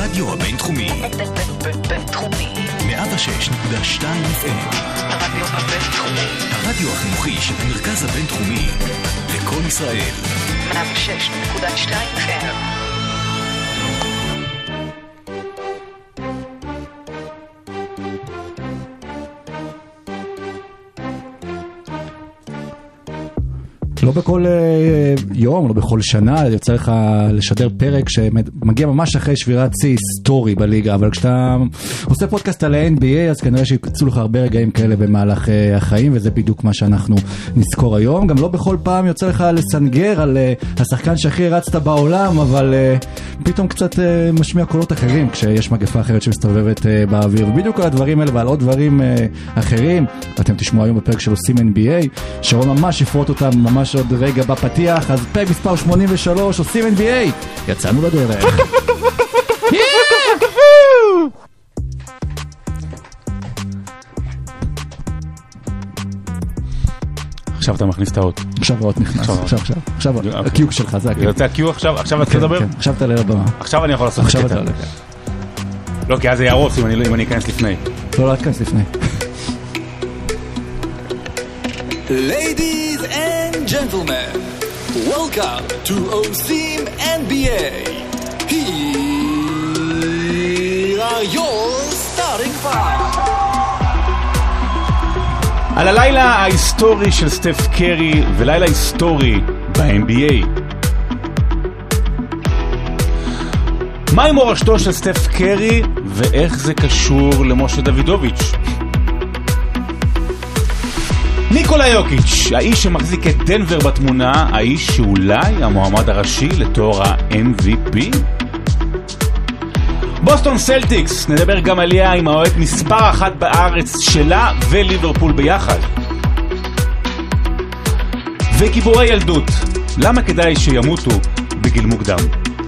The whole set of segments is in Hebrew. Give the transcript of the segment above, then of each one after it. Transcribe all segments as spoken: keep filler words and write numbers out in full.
הרדיו הבינתחומי. בינתחומי. מאה ושש נקודה שתיים אף אם. הרדיו הבינתחומי. הרדיו החינוכי של המרכז הבינתחומי. לכל ישראל. מאה ושש נקודה שתיים אף אם. לא בכל יום, לא בכל שנה, יוצא לך לשדר פרק שמגיע ממש אחרי שבירת שיא היסטורי בליגה, אבל כשאתה עושה פודקאסט על ה-אן בי איי, אז כנראה שיצאו לך הרבה רגעים כאלה במהלך החיים, וזה בדיוק מה שאנחנו נזכור היום. גם לא בכל פעם יוצא לך לסנגר על השחקן שהכי רצת בעולם, אבל פתאום קצת משמיע קולות אחרים, כשיש מגפה אחרת שמסתובבת באוויר, ובדיוק על הדברים האלה ועל עוד דברים אחרים, אתם תשמעו היום בפרק של עושים אן בי איי, שרון ממש יפרוט אותם ממש עוד רגע בפתיח. אז פרק מספר שמונים ושלוש, עושים אן בי איי, יצאנו לדרך. עכשיו אתה מכניס את האות. עכשיו האות נכנס, עכשיו, עכשיו, עכשיו, הקיוק שלך, זה הקיוק. זה הקיוק עכשיו, עכשיו אתה תדבר? עכשיו אתה עולה לבמה. עכשיו אני יכול לעשות עכשיו אתה עולה. לא, כי אז זה ירוס אם אני אכנס לפני. לא, לא אכנס לפני. Ladies and gentlemen, welcome to עושים אן בי איי. Here are your starting five. על הלילה ההיסטורי של סטף קרי ולילה היסטורי ב-אן בי איי. מהי מורשתו של סטף קרי ואיך זה קשור למשה דוידוביץ'? ניקולה יוקיץ', האיש שמחזיק את דנבר בתמונה, האיש שאולי המועמד הראשי לתואר ה-אם וי פי? בוסטון סלטיקס, נדבר גם עליה עם האוהד מספר אחת בארץ שלה וליברפול ביחד. וגיבורי ילדות, למה כדאי שימותו בגיל מוקדם?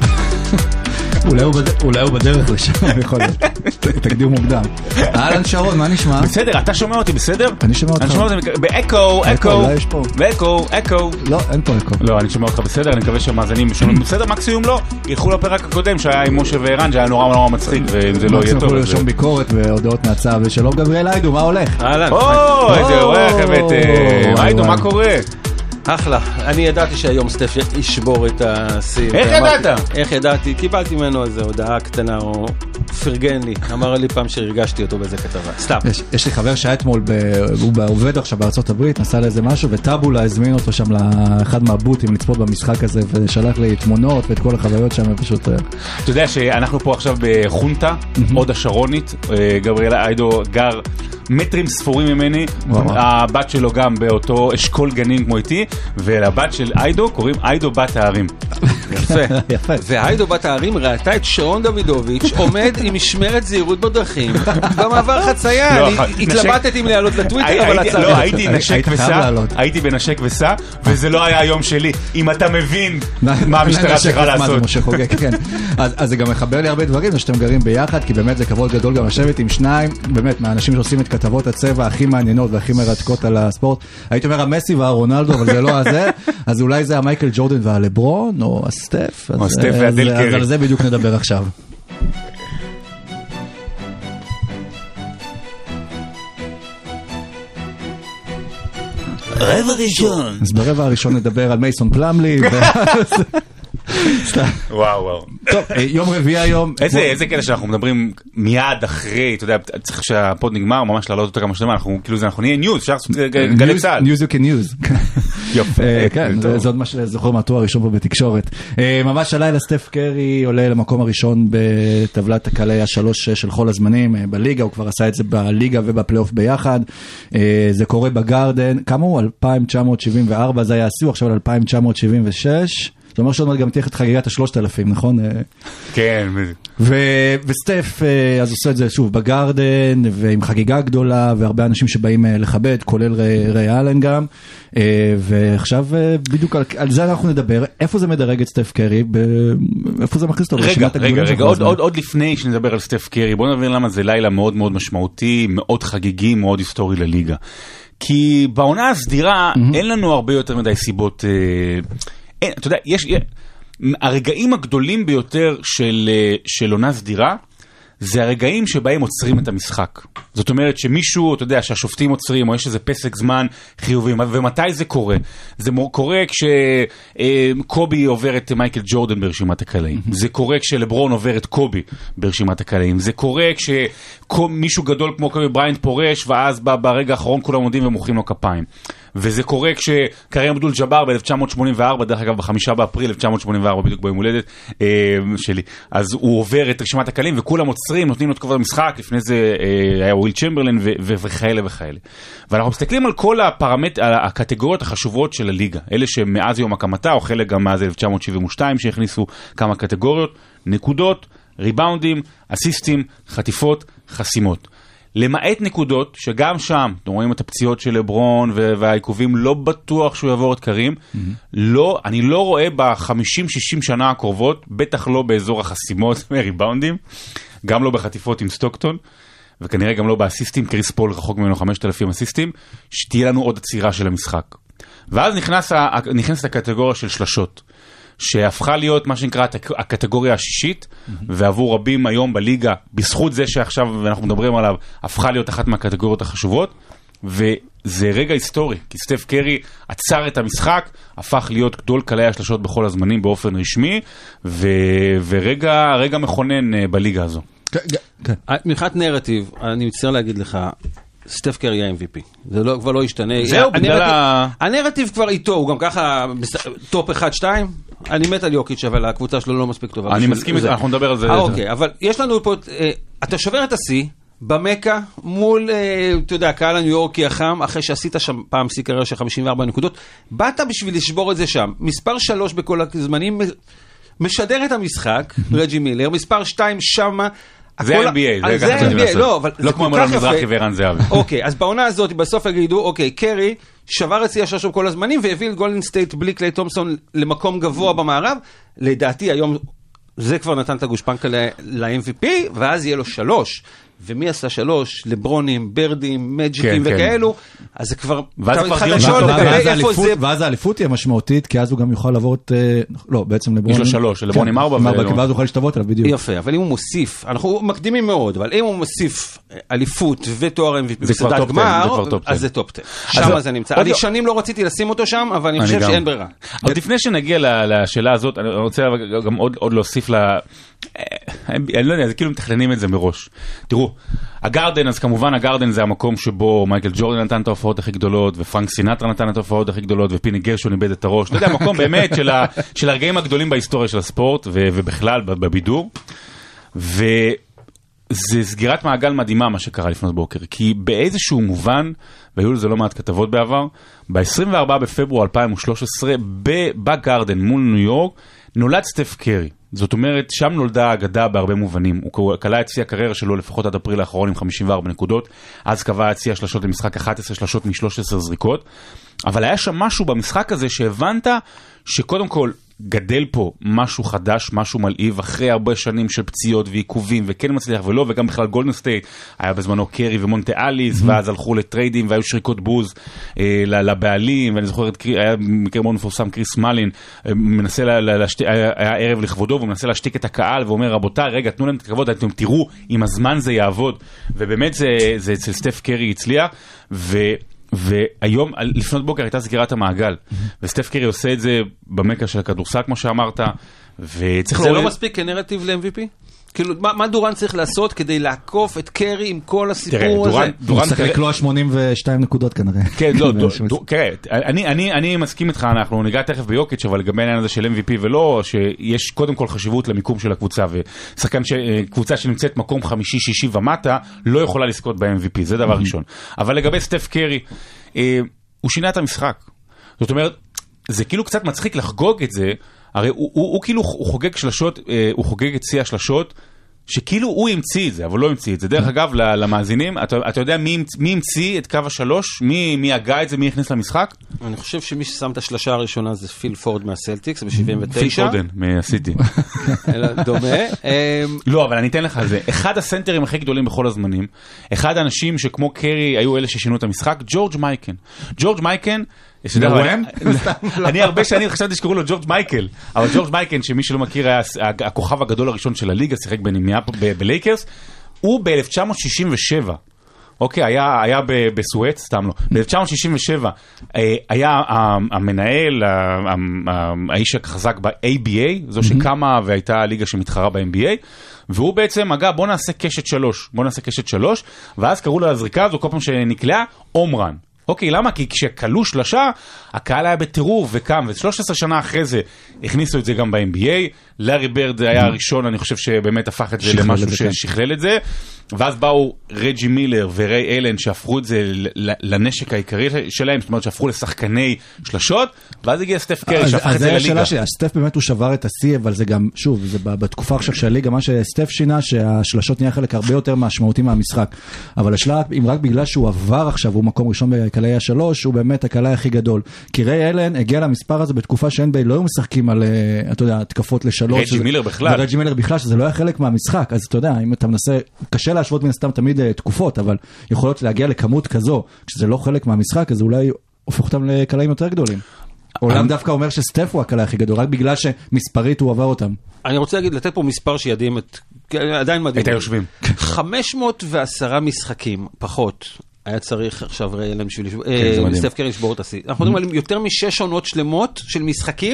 אולי הוא בדרך לשם, יכול להיות. תקדים מוקדם. אהלן שרון, מה נשמע? בסדר, אתה שומע אותי בסדר? אני שומע אותך. אני שומע אותי באקו, אקו, באקו, אקו. לא, אין פה אקו. לא, אני שומע אותך בסדר, אני מקווה שמאזינים שומעים בסדר, מקסימום לא. ילכו לפרק הקודם שהיה עם משה וערן, שהיה נורא נורא מצחיק, ואם זה לא יהיה טוב. מקסימום לרשום ביקורת והודעות מהצעה, ושלום גבריאל איידו, מה הולך? אהלן. או, איזה אורח הבאתם. איידו, מה קורה? אחלה, אני ידעתי שהיום סטף ישבור את השיא. איך ידעת? איך ידעתי? קיבלתי ממנו איזו הודעה קטנה, או פרגן לי, אמר לי פעם שהרגשתי אותו באיזה כתבה. סתם. יש, יש לי חבר שהיה אתמול, הוא עובד עכשיו בארצות הברית, נסע לאיזה משהו, וטאבולה הזמין אותו שם לאחד מהבוטים לצפות במשחק הזה, ושלח לי תמונות ואת כל החוויות שם, פשוט... אתה יודע שאנחנו פה עכשיו בחונטה, עוד השרונית, גבריאל איידו גר מטרים ספורים ממני, הבת שלו גם באותו אשכול גנים כמו איתי, ולבת של איידו קוראים איידו בת הערים. יפה, יפה. והאיידו בת הערים ראתה את שרון דוידוביץ' עומד עם משמרת זהירות בדרכים במעבר חצייה. אני התלבטתי אם להעלות לטוויטר, אבל עצרתי. לא, הייתי נשק וסע, הייתי בנשק וסע, וזה לא היה היום שלי. אם אתה מבין מה המשטרה צריכה לעשות. אז זה גם מחבר לי הרבה דברים, שאתם גרים ביחד, כי באמת זה כבוד גדול גם לשבת עם שניים, באמת, מהאנשים שעושים את כתבות הצבע הכי מעניינות והכי מרתקות על הספורט. הייתי אומר המסי והרונלדו, אבל זה לא הזה. אז אולי זה המייקל ג'ורדן והלברון, או הסטף. או הסטף והדל קרי. אז על זה בדיוק נדבר עכשיו. רבע ראשון. אז ברבע הראשון נדבר על מייסון פלמלי. וואו וואו. טוב, יום רביעי היום. איזה קטע שאנחנו מדברים מיד אחרי, אתה יודע, צריך שהפוד נגמר, ממש להעלות אותה כמה שנים, אנחנו כאילו זה, אנחנו נהיה ניוז, אפשר לעשות גלי צהל. ניוז you can use. יופי. כן, זה עוד מה שזוכר מהתואר הראשון פה בתקשורת. ממש הלילה סטף קרי עולה למקום הראשון בטבלת הקהלי השלוש של כל הזמנים בליגה, הוא כבר עשה את זה בליגה ובפלייאוף ביחד. זה קורה בגארדן, כמה הוא? אלפיים תשע מאות שבעים וארבע, זה היה הסיוע, עכשיו על אלפיים תשע מאות שבעים ושש. זאת אומרת שעוד מעט גם תהיה את חגיגת השלושת אלפים, נכון? כן. וסטף אז עושה את זה שוב בגארדן, ועם חגיגה גדולה, והרבה אנשים שבאים לכבד, כולל ריי אלן גם, ועכשיו בדיוק על זה אנחנו נדבר. איפה זה מדרג את סטף קרי? איפה זה מכניס אותו? רגע, רגע, רגע, עוד לפני שנדבר על סטף קרי, בואו נבין למה זה לילה מאוד מאוד משמעותי, מאוד חגיגי, מאוד היסטורי לליגה. כי בעונה הסדירה אין לנו הרבה יותר מדי סיבות... אתה יודע, יש, הרגעים הגדולים ביותר של, של עונה סדירה, זה הרגעים שבהם עוצרים את המשחק. זאת אומרת שמישהו, אתה יודע, שהשופטים עוצרים, או יש איזה פסק זמן חיובי, ומתי זה קורה? זה קורה כשקובי עובר את מייקל ג'ורדן ברשימת הקלעים. זה קורה כשלברון עובר את קובי ברשימת הקלעים. זה קורה כשמישהו גדול כמו קובי בריינט פורש, ואז ברגע האחרון כולם עומדים ומוחאים לו כפיים. וזה קורה כשקרים אבדול ג'אבר ב-אלף תשע מאות שמונים וארבע, דרך אגב בחמישה באפריל אלף תשע מאות שמונים וארבע, בדיוק ביום הולדת אה, שלי, אז הוא עובר את רשימת הקלים וכולם עוצרים, נותנים לו את כבוד המשחק, לפני זה אה, היה וויל צ'מברלין ו- ו- וכאלה וכאלה. ואנחנו מסתכלים על כל הפרמט, על הקטגוריות החשובות של הליגה, אלה שמאז יום הקמתה, או חלק גם מאז אלף תשע מאות שבעים ושתיים שהכניסו כמה קטגוריות, נקודות, ריבאונדים, אסיסטים, חטיפות, חסימות. למעט נקודות, שגם שם, אתם רואים את הפציעות של לברון והעיכובים, לא בטוח שהוא יעבור את קרים, mm-hmm. לא, אני לא רואה ב-חמישים שישים שנה הקרובות, בטח לא באזור החסימות וריבאונדים, גם לא בחטיפות עם סטוקטון, וכנראה גם לא באסיסטים, קריס פול רחוק ממנו חמשת אלפים אסיסטים, שתהיה לנו עוד עצירה של המשחק. ואז נכנס, נכנס הקטגוריה של שלשות. שהפכה להיות מה שנקרא הקטגוריה השישית, ועבור רבים היום בליגה, בזכות זה שעכשיו אנחנו מדברים עליו, הפכה להיות אחת מהקטגוריות החשובות, וזה רגע היסטורי, כי סטף קרי עצר את המשחק, הפך להיות גדול קלעי השלשות בכל הזמנים באופן רשמי, ורגע רגע מכונן בליגה הזו. מבחינת נרטיב, אני מצטער להגיד לך, סטף קרי ה-אם וי פי. זה לא, כבר לא ישתנה. זהו, בגלל ה... הנרטיב כבר איתו, הוא גם ככה טופ אחד שתיים. אני מת על יוקיץ', אבל הקבוצה שלו לא מספיק טובה. אני מסכים, אנחנו נדבר על זה. אוקיי, אבל יש לנו פה, אתה שובר את השיא, במקה, מול, אתה יודע, הקהל הניו יורקי החם, אחרי שעשית שם פעם שיא קריירה של חמישים וארבע נקודות, באת בשביל לשבור את זה שם. מספר שלוש בכל הזמנים, משדר את המשחק, רג'י מילר, מספר שתיים שמה, זה ה-אן בי איי, זה ה-אן בי איי, לא, אבל לא כמו מלון מזרחי וערן זהבי. אוקיי, אז בעונה הזאת בסוף יגידו, אוקיי, קרי שבר את שיא השלוש כל הזמנים והביא את גולדן סטייט בלי קליי תומפסון למקום גבוה במערב. לדעתי היום זה כבר נתן את הגושפנקה ל-אם וי פי, ואז יהיה לו שלוש. ומי עשה שלוש? לברונים, ברדים, מג'יקים וכאלו, אז זה כבר... ואז האליפות תהיה משמעותית, כי אז הוא גם יוכל לעבור את... לא, בעצם לברון... יש לו שלוש, לברון עם ארבע. ואז הוא יוכל להשתוות עליו בדיוק. יפה, אבל אם הוא מוסיף, אנחנו מקדימים מאוד, אבל אם הוא מוסיף אליפות ותואר אם וי פי בסדרת גמר, אז זה טופ עשר. שם זה נמצא. אני שנים לא רציתי לשים אותו שם, אבל אני חושב שאין ברירה. אבל לפני שנגיע לשאלה הזאת, אני רוצה גם עוד להוסיף לה... אני לא יודע, זה כאילו מתכננים את זה מראש. תראו, הגארדן, אז כמובן הגארדן זה המקום שבו מייקל ג'ורדן נתן את ההופעות הכי גדות, ופרנק סינטרה נתן את ההופעות הכי גדולות, ופיני גרשון איבד את הראש. אתה יודע, המקום באמת של הרגעים הגדולים בהיסטוריה של הספורט, ובכלל בבידור. וזה סגירת מעגל מדהימה מה שקרה לפנות בוקר, כי באיזשהו מובן, והיו לזה לא מעט כתבות בעבר, ב-עשרים וארבעה בפברואר אלפיים ושלוש עשרה, בגארדן מול ניו יורק, נולד סטף קרי. זאת אומרת, שם נולדה האגדה בהרבה מובנים. הוא קלע את שיא הקריירה שלו לפחות עד אפריל האחרון עם חמישים וארבע נקודות, אז קבע את שיא השלשות למשחק אחת עשרה שלשות מ-שלוש עשרה זריקות, אבל היה שם משהו במשחק הזה שהבנת שקודם כל גדל פה משהו חדש, משהו מלהיב, אחרי הרבה שנים של פציעות ועיכובים, וכן מצליח ולא, וגם בכלל גולדן סטייט, היה בזמנו קרי ומונטה אליס, ואז הלכו לטריידים, והיו שריקות בוז אה, לבעלים, ואני זוכר, היה מקרה מאוד מפורסם, קריס מלין, אה, מנסה, לה, להשת... היה, היה ערב לכבודו, והוא מנסה להשתיק את הקהל, ואומר, רבותיי, רגע, תנו להם את הכבוד, אתם תראו, עם הזמן זה יעבוד, ובאמת זה, זה אצל סטף קרי הצליח, ו... והיום, לפנות בוקר הייתה סגירת המעגל, וסטף קרי עושה את זה במקה של הכדורסל, כמו שאמרת, וצריך... זה לא מספיק כנרטיב ל-אם וי פי? כאילו, מה דורן צריך לעשות כדי לעקוף את קרי עם כל הסיפור הזה? הוא צריך לקלוע שמונים ושתיים נקודות כנראה. כן, לא, תראה, אני מסכים איתך, אנחנו ניגע תכף ביוקיץ', אבל לגבי העניין הזה של אם וי פי ולא, שיש קודם כל חשיבות למיקום של הקבוצה, ושחקן קבוצה שנמצאת מקום חמישי, שישי ומטה, לא יכולה לזכות ב-אם וי פי, זה דבר ראשון. אבל לגבי סטף קרי, הוא שינה את המשחק. זאת אומרת, זה כאילו קצת מצחיק לחגוג את זה, הרי הוא, הוא, הוא כאילו הוא חוגג שלשות, הוא חוגג את שיא השלשות, שכאילו הוא המציא את זה, אבל לא המציא את זה. דרך אגב, למאזינים, אתה, אתה יודע מי, מי המציא את קו השלוש? מי, מי הגה את זה? מי הכניס למשחק? אני חושב שמי ששם את השלשה הראשונה זה פיל פורד מהסלטיקס ב-שבעים ותשע. פיל פורדן מהסיטי. דומה. לא, אבל אני אתן לך על זה. אחד הסנטרים הכי גדולים בכל הזמנים, אחד האנשים שכמו קרי היו אלה ששינו את המשחק, ג'ורג' מייקן. ג'ורג' מייקן אני הרבה שנים חשבתי שקראו לו ג'ורג' מייקל, אבל ג'ורג' מייקל, שמי שלא מכיר, היה הכוכב הגדול הראשון של הליגה, שיחק בלייקרס, הוא ב-אלף תשע מאות שישים ושבע, אוקיי, היה, היה בסואט, סתם לא. ב-אלף תשע מאות שישים ושבע היה המנהל, האיש החזק ב-איי בי איי, זו שקמה והייתה הליגה שמתחרה ב-אן בי איי, והוא בעצם, אגב, בוא נעשה קשת שלוש, בוא נעשה קשת שלוש, ואז קראו לה הזריקה הזו, כל פעם שנקלעה, אומרן. אוקיי, למה? כי כשקלו שלושה, הקהל היה בטירוף וקם, ו-שלוש עשרה שנה אחרי זה הכניסו את זה גם ב-אן בי איי, לארי ברד היה הראשון, אני חושב שבאמת הפך את זה למשהו ששכלל את זה, ואז באו רג'י מילר וריי אלן שהפכו את זה לנשק העיקרי שלהם, זאת אומרת שהפכו לשחקני שלשות, ואז הגיע סטף קרי שהפך את זה לליגה. סטף באמת הוא שבר את השיא, אבל זה גם, שוב, זה בתקופה עכשיו של הליגה, מה שסטף שינה, שהשלשות נהיה חלק הרבה יותר משמעותי מהמשחק, אבל השלט, אם רק בגלל שהוא עבר עכשיו, הוא מקום ראשון בקלעי השלוש, הוא באמת הקלעי הכי גדול. כי ריי אלן הגיע למספר הזה בתקופה שאין בי, לא היו משחקים על, אתה יודע, התקפות לשלוש. רג'י מילר בכלל. רג'י מילר בכלל, שזה לא היה חלק מהמשחק. אז אתה יודע, אם אתה מנסה, קשה להשוות מן הסתם תמיד תקופות, אבל יכולות להגיע לכמות כזו, כשזה לא חלק מהמשחק, אז אולי הופך אותם לקלעים יותר גדולים. עולם דווקא אומר שסטף הוא הקלע הכי גדול, רק בגלל שמספרית הוא עבר אותם. אני רוצה להגיד, לתת פה מספר שידעים את, עדיין מדהים. את היושבים. חמש מאות ועשרה משחקים, פחות. היה צריך עכשיו ריי אלן בשביל סטף קרי לשבור את השיא. אנחנו מדברים על יותר משש עונות שלמות של משחקים,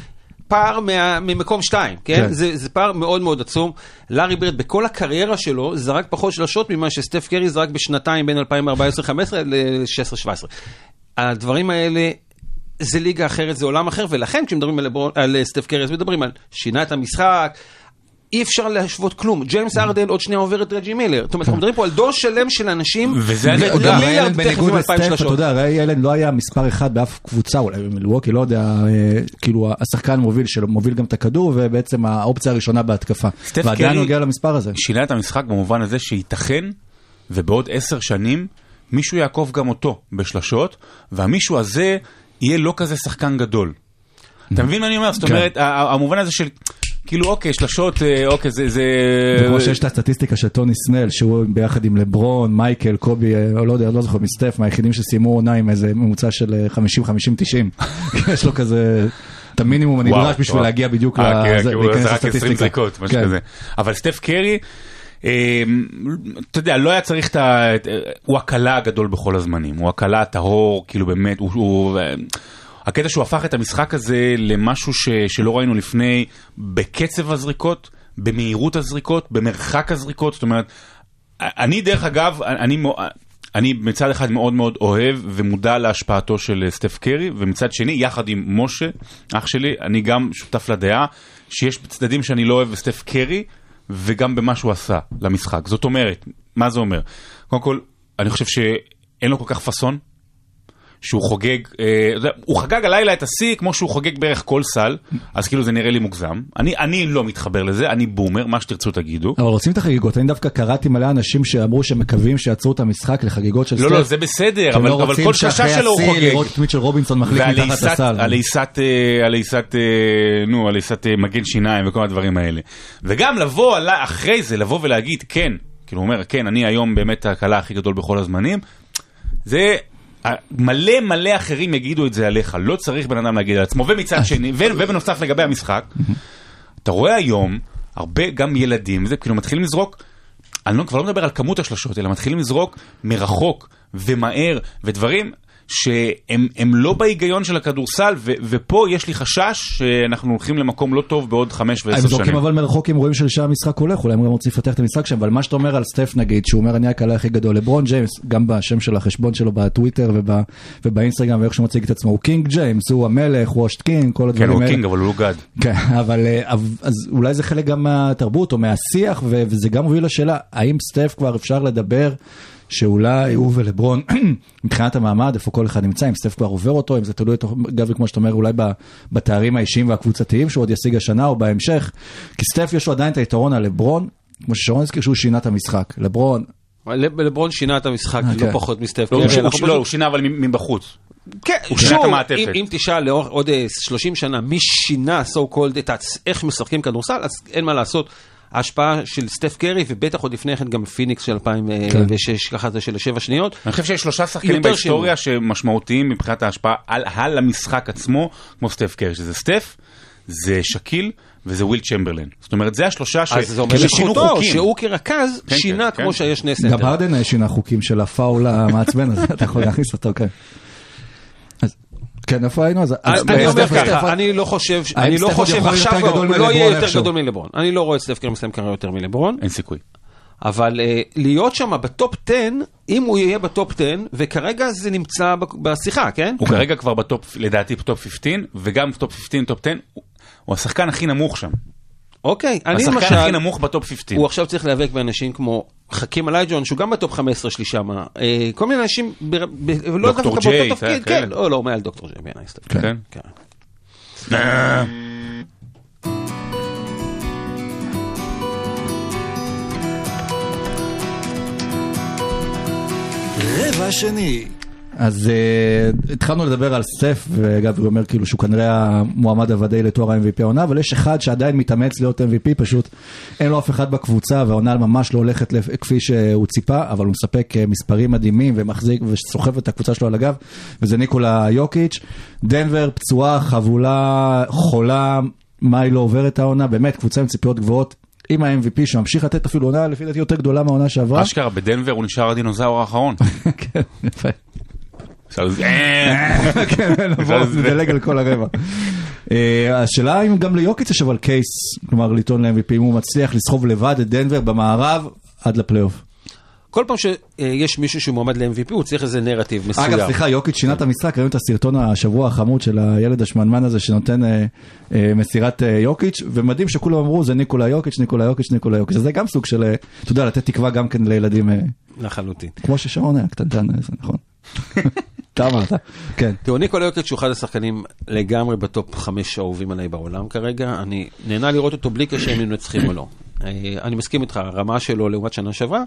פער ממקום שתיים, כן? זה פער מאוד מאוד עצום. לארי ברד בכל הקריירה שלו זרק פחות שלשות ממה שסטף קרי זרק בשנתיים בין אלפיים וארבע עשרה חמש עשרה ל-שש עשרה שבע עשרה. הדברים האלה, זה ליגה אחרת, זה עולם אחר, ולכן כשמדברים על סטף קרי, אז מדברים על שינה את המשחק, אי אפשר להשוות כלום. ג'יימס ארדן עוד שנייה עובר את רג'י מילר. זאת אומרת, אנחנו מדברים פה על דור שלם של אנשים, וזה אני יודע. ריי אלן בניגוד לסטף, אתה יודע, ריי אלן לא היה מספר אחד באף קבוצה, אולי במילווקי, לא יודע, כאילו, השחקן מוביל שלו, מוביל גם את הכדור, ובעצם האופציה הראשונה בהתקפה. ועדיין הוא הגיע למספר הזה. שינה את המשחק במובן הזה שייתכן, ובעוד עשר שנים, מישהו יעקוף גם אותו בשלשות, והמישהו הזה יהיה לא כזה שחקן גדול. אתה מבין מה אני אומר? זאת אומרת, המובן הזה של כאילו אוקיי, שלשות, אוקיי, זה... זה כמו שיש את הסטטיסטיקה של טוני סנל, שהוא ביחד עם לברון, מייקל, קובי, או לא יודע, לא זוכר, מסטף, מהיחידים שסיימו עונה עם איזה ממוצע של חמישים חמישים תשעים. יש לו כזה... את המינימום הנדרש בשביל להגיע בדיוק להיכנס לסטטיסטיקה. אבל סטף קרי, אתה יודע, לא היה צריך את ה... הוא הקלה הגדול בכל הזמנים, הוא הקלה הטהור, כאילו באמת, הוא... הקטע שהוא הפך את המשחק הזה למשהו ש, שלא ראינו לפני, בקצב הזריקות, במהירות הזריקות, במרחק הזריקות, זאת אומרת, אני דרך אגב, אני, אני מצד אחד מאוד מאוד אוהב ומודע להשפעתו של סטף קרי, ומצד שני, יחד עם משה, אח שלי, אני גם שותף לדעה, שיש צדדים שאני לא אוהב בסטף קרי, וגם במה שהוא עשה למשחק. זאת אומרת, מה זה אומר? קודם כל, אני חושב שאין לו כל כך פסון, שהוא חוגג, אה, הוא חגג הלילה את השיא כמו שהוא חוגג בערך כל סל, אז כאילו זה נראה לי מוגזם. אני, אני לא מתחבר לזה, אני בומר, מה שתרצו תגידו. אבל רוצים את החגיגות, אני דווקא קראתי מלא אנשים שאמרו שמקווים שיעצרו את המשחק לחגיגות של לא, סטף. לא, לא, זה בסדר, אבל, לא אבל כל קשה שלו הוא חוגג. לראות את מיטשל רובינסון מחליק מתחת לסל. עליסת, עליסת, נו, עליסת מגן שיניים וכל הדברים האלה. וגם לבוא אחרי זה, לבוא ולהגיד, כן, כאילו הוא אומר, כן, אני היום באמת הקלה הכי גדול בכל הזמנים. זה מלא מלא אחרים יגידו את זה עליך, לא צריך בן אדם להגיד על עצמו, ומצד שני, ובנוסף לגבי המשחק, אתה רואה היום, הרבה גם ילדים, זה כאילו מתחילים לזרוק, אני לא, כבר לא מדבר על כמות השלשות, אלא מתחילים לזרוק מרחוק ומהר, ודברים שהם הם לא בהיגיון של הכדורסל, ו, ופה יש לי חשש שאנחנו הולכים למקום לא טוב בעוד חמש ועשר שנים. הם זורקים אבל מרחוק, הם רואים שלשם המשחק הולך, אולי הם גם רוצים לפתח את המשחק שם, אבל מה שאתה אומר על סטף נגיד, שהוא אומר אני הקלה הכי גדול, לברון ג'יימס, גם בשם של החשבון שלו בטוויטר ובא, ובאינסטגרם, ואיך שהוא מציג את עצמו, הוא קינג ג'יימס, הוא המלך, וושט קינג, כל הדברים האלה. כן, הוא קינג, אבל הוא לא גד. כן, אבל אז אולי זה חלק גם מהתרבות או מהשיח, וזה גם מוביל לשאלה, האם סטף כבר אפשר לדבר שאולי הוא ולברון, מבחינת המעמד, איפה כל אחד נמצא, אם סטף כבר עובר אותו, אם זה תלוי, גבי, כמו שאתה אומר, אולי בתארים האישיים והקבוצתיים, שהוא עוד ישיג השנה או בהמשך, כי סטף יש לו עדיין את היתרון על לברון, כמו ששרון הזכיר, שהוא שינה את המשחק. לברון... לברון שינה את המשחק, לא פחות מסטף. לא, הוא שינה אבל מבחוץ. כן, שוב, אם תשאל לאורך עוד שלושים שנה, מי שינה, so called, איך משחקים כדורסל, אז אין מה לעשות. ההשפעה של סטף קרי, ובטח עוד לפני כן גם פיניקס של אלפיים ושש, ככה זה של השבע שניות. אני חושב שיש שלושה שחקנים בהיסטוריה שמשמעותיים מבחינת ההשפעה על המשחק עצמו, כמו סטף קרי, שזה סטף, זה שקיל, וזה וויל צ'מברלין. זאת אומרת, זה השלושה ששינו חוקים. שהוא כרכז שינה כמו שיש שני סנטר. גם הרדן שינה חוקים של הפאול המעצבן הזה, אתה יכול להכניס אותו, כן. כן, איפה היינו? אני אומר ככה, אני לא חושב, אני לא חושב עכשיו, הוא לא יהיה יותר גדול מלברון. אני לא רואה את סטף קרי מסיים קריירה יותר מלברון. אין סיכוי. אבל להיות שם בטופ עשר, אם הוא יהיה בטופ עשר, וכרגע זה נמצא בשיחה, כן? הוא כרגע כבר בטופ, לדעתי בטופ חמש עשרה, וגם בטופ חמש עשרה, טופ עשר, הוא השחקן הכי נמוך שם. אוקיי, אני למשל... השחקן הכי נמוך בטופ חמש עשרה. הוא עכשיו צריך להיאבק באנשים כמו חכים אלייג'ון, שהוא גם בטופ חמש עשרה שלי שם. כל מיני אנשים... דוקטור ג'יי, כן. לא, לא, מעל דוקטור ג'יי, בעיניי. כן? כן. רבע שני. אז uh, התחלנו לדבר על סטף, ואגב הוא אומר כאילו שהוא כנראה המועמד הוודאי לתואר ה-אם וי פי העונה, אבל יש אחד שעדיין מתאמץ להיות אם וי פי, פשוט אין לו אף אחד בקבוצה, והעונה ממש לא הולכת כפי שהוא ציפה, אבל הוא מספק מספרים מדהימים ומחזיק וסוחב את הקבוצה שלו על הגב, וזה ניקולה יוקיץ'. דנבר פצועה, חבולה, חולה, מה היא לא עוברת העונה, באמת קבוצה עם ציפיות גבוהות, עם ה-אם וי פי שממשיך לתת אפילו עונה לפי דעתי יותר גדולה מהעונה שעברה. אשכרה, בדנבר הוא נשאר הדינוזאור האחרון. כן, יפה. כן, נדלג על כל הרבע. השאלה אם גם ליוקיץ' יש אבל קייס, כלומר לטעון ל-אם וי פי, אם הוא מצליח לסחוב לבד את דנבר במערב עד לפלייאוף. כל פעם שיש מישהו שמועמד ל-אם וי פי, הוא צריך איזה נרטיב מסוים. אגב, סליחה, יוקיץ' שינה את המשחק, ראינו את הסרטון השבוע החמוד של הילד השמנמן הזה, שנותן מסירת יוקיץ', ומדהים שכולם אמרו, זה ניקולה יוקיץ', ניקולה יוקיץ', ניקולה יוקיץ'. זה גם סוג של, אתה יודע, לתת תקווה גם כן לילדים. לחלוטין. כמו ששרון היה, קטנטן, נכון. אתה אמרת, כן. תראו, ניקולה יוקיץ' הוא אחד השחקנים לגמרי בטופ חמש האהובים עליי בעולם כרגע. אני נהנה לראות אותו בלי קשר אם הם נצחים או לא. אני מסכים איתך, הרמה שלו לעומת שנה שעברה,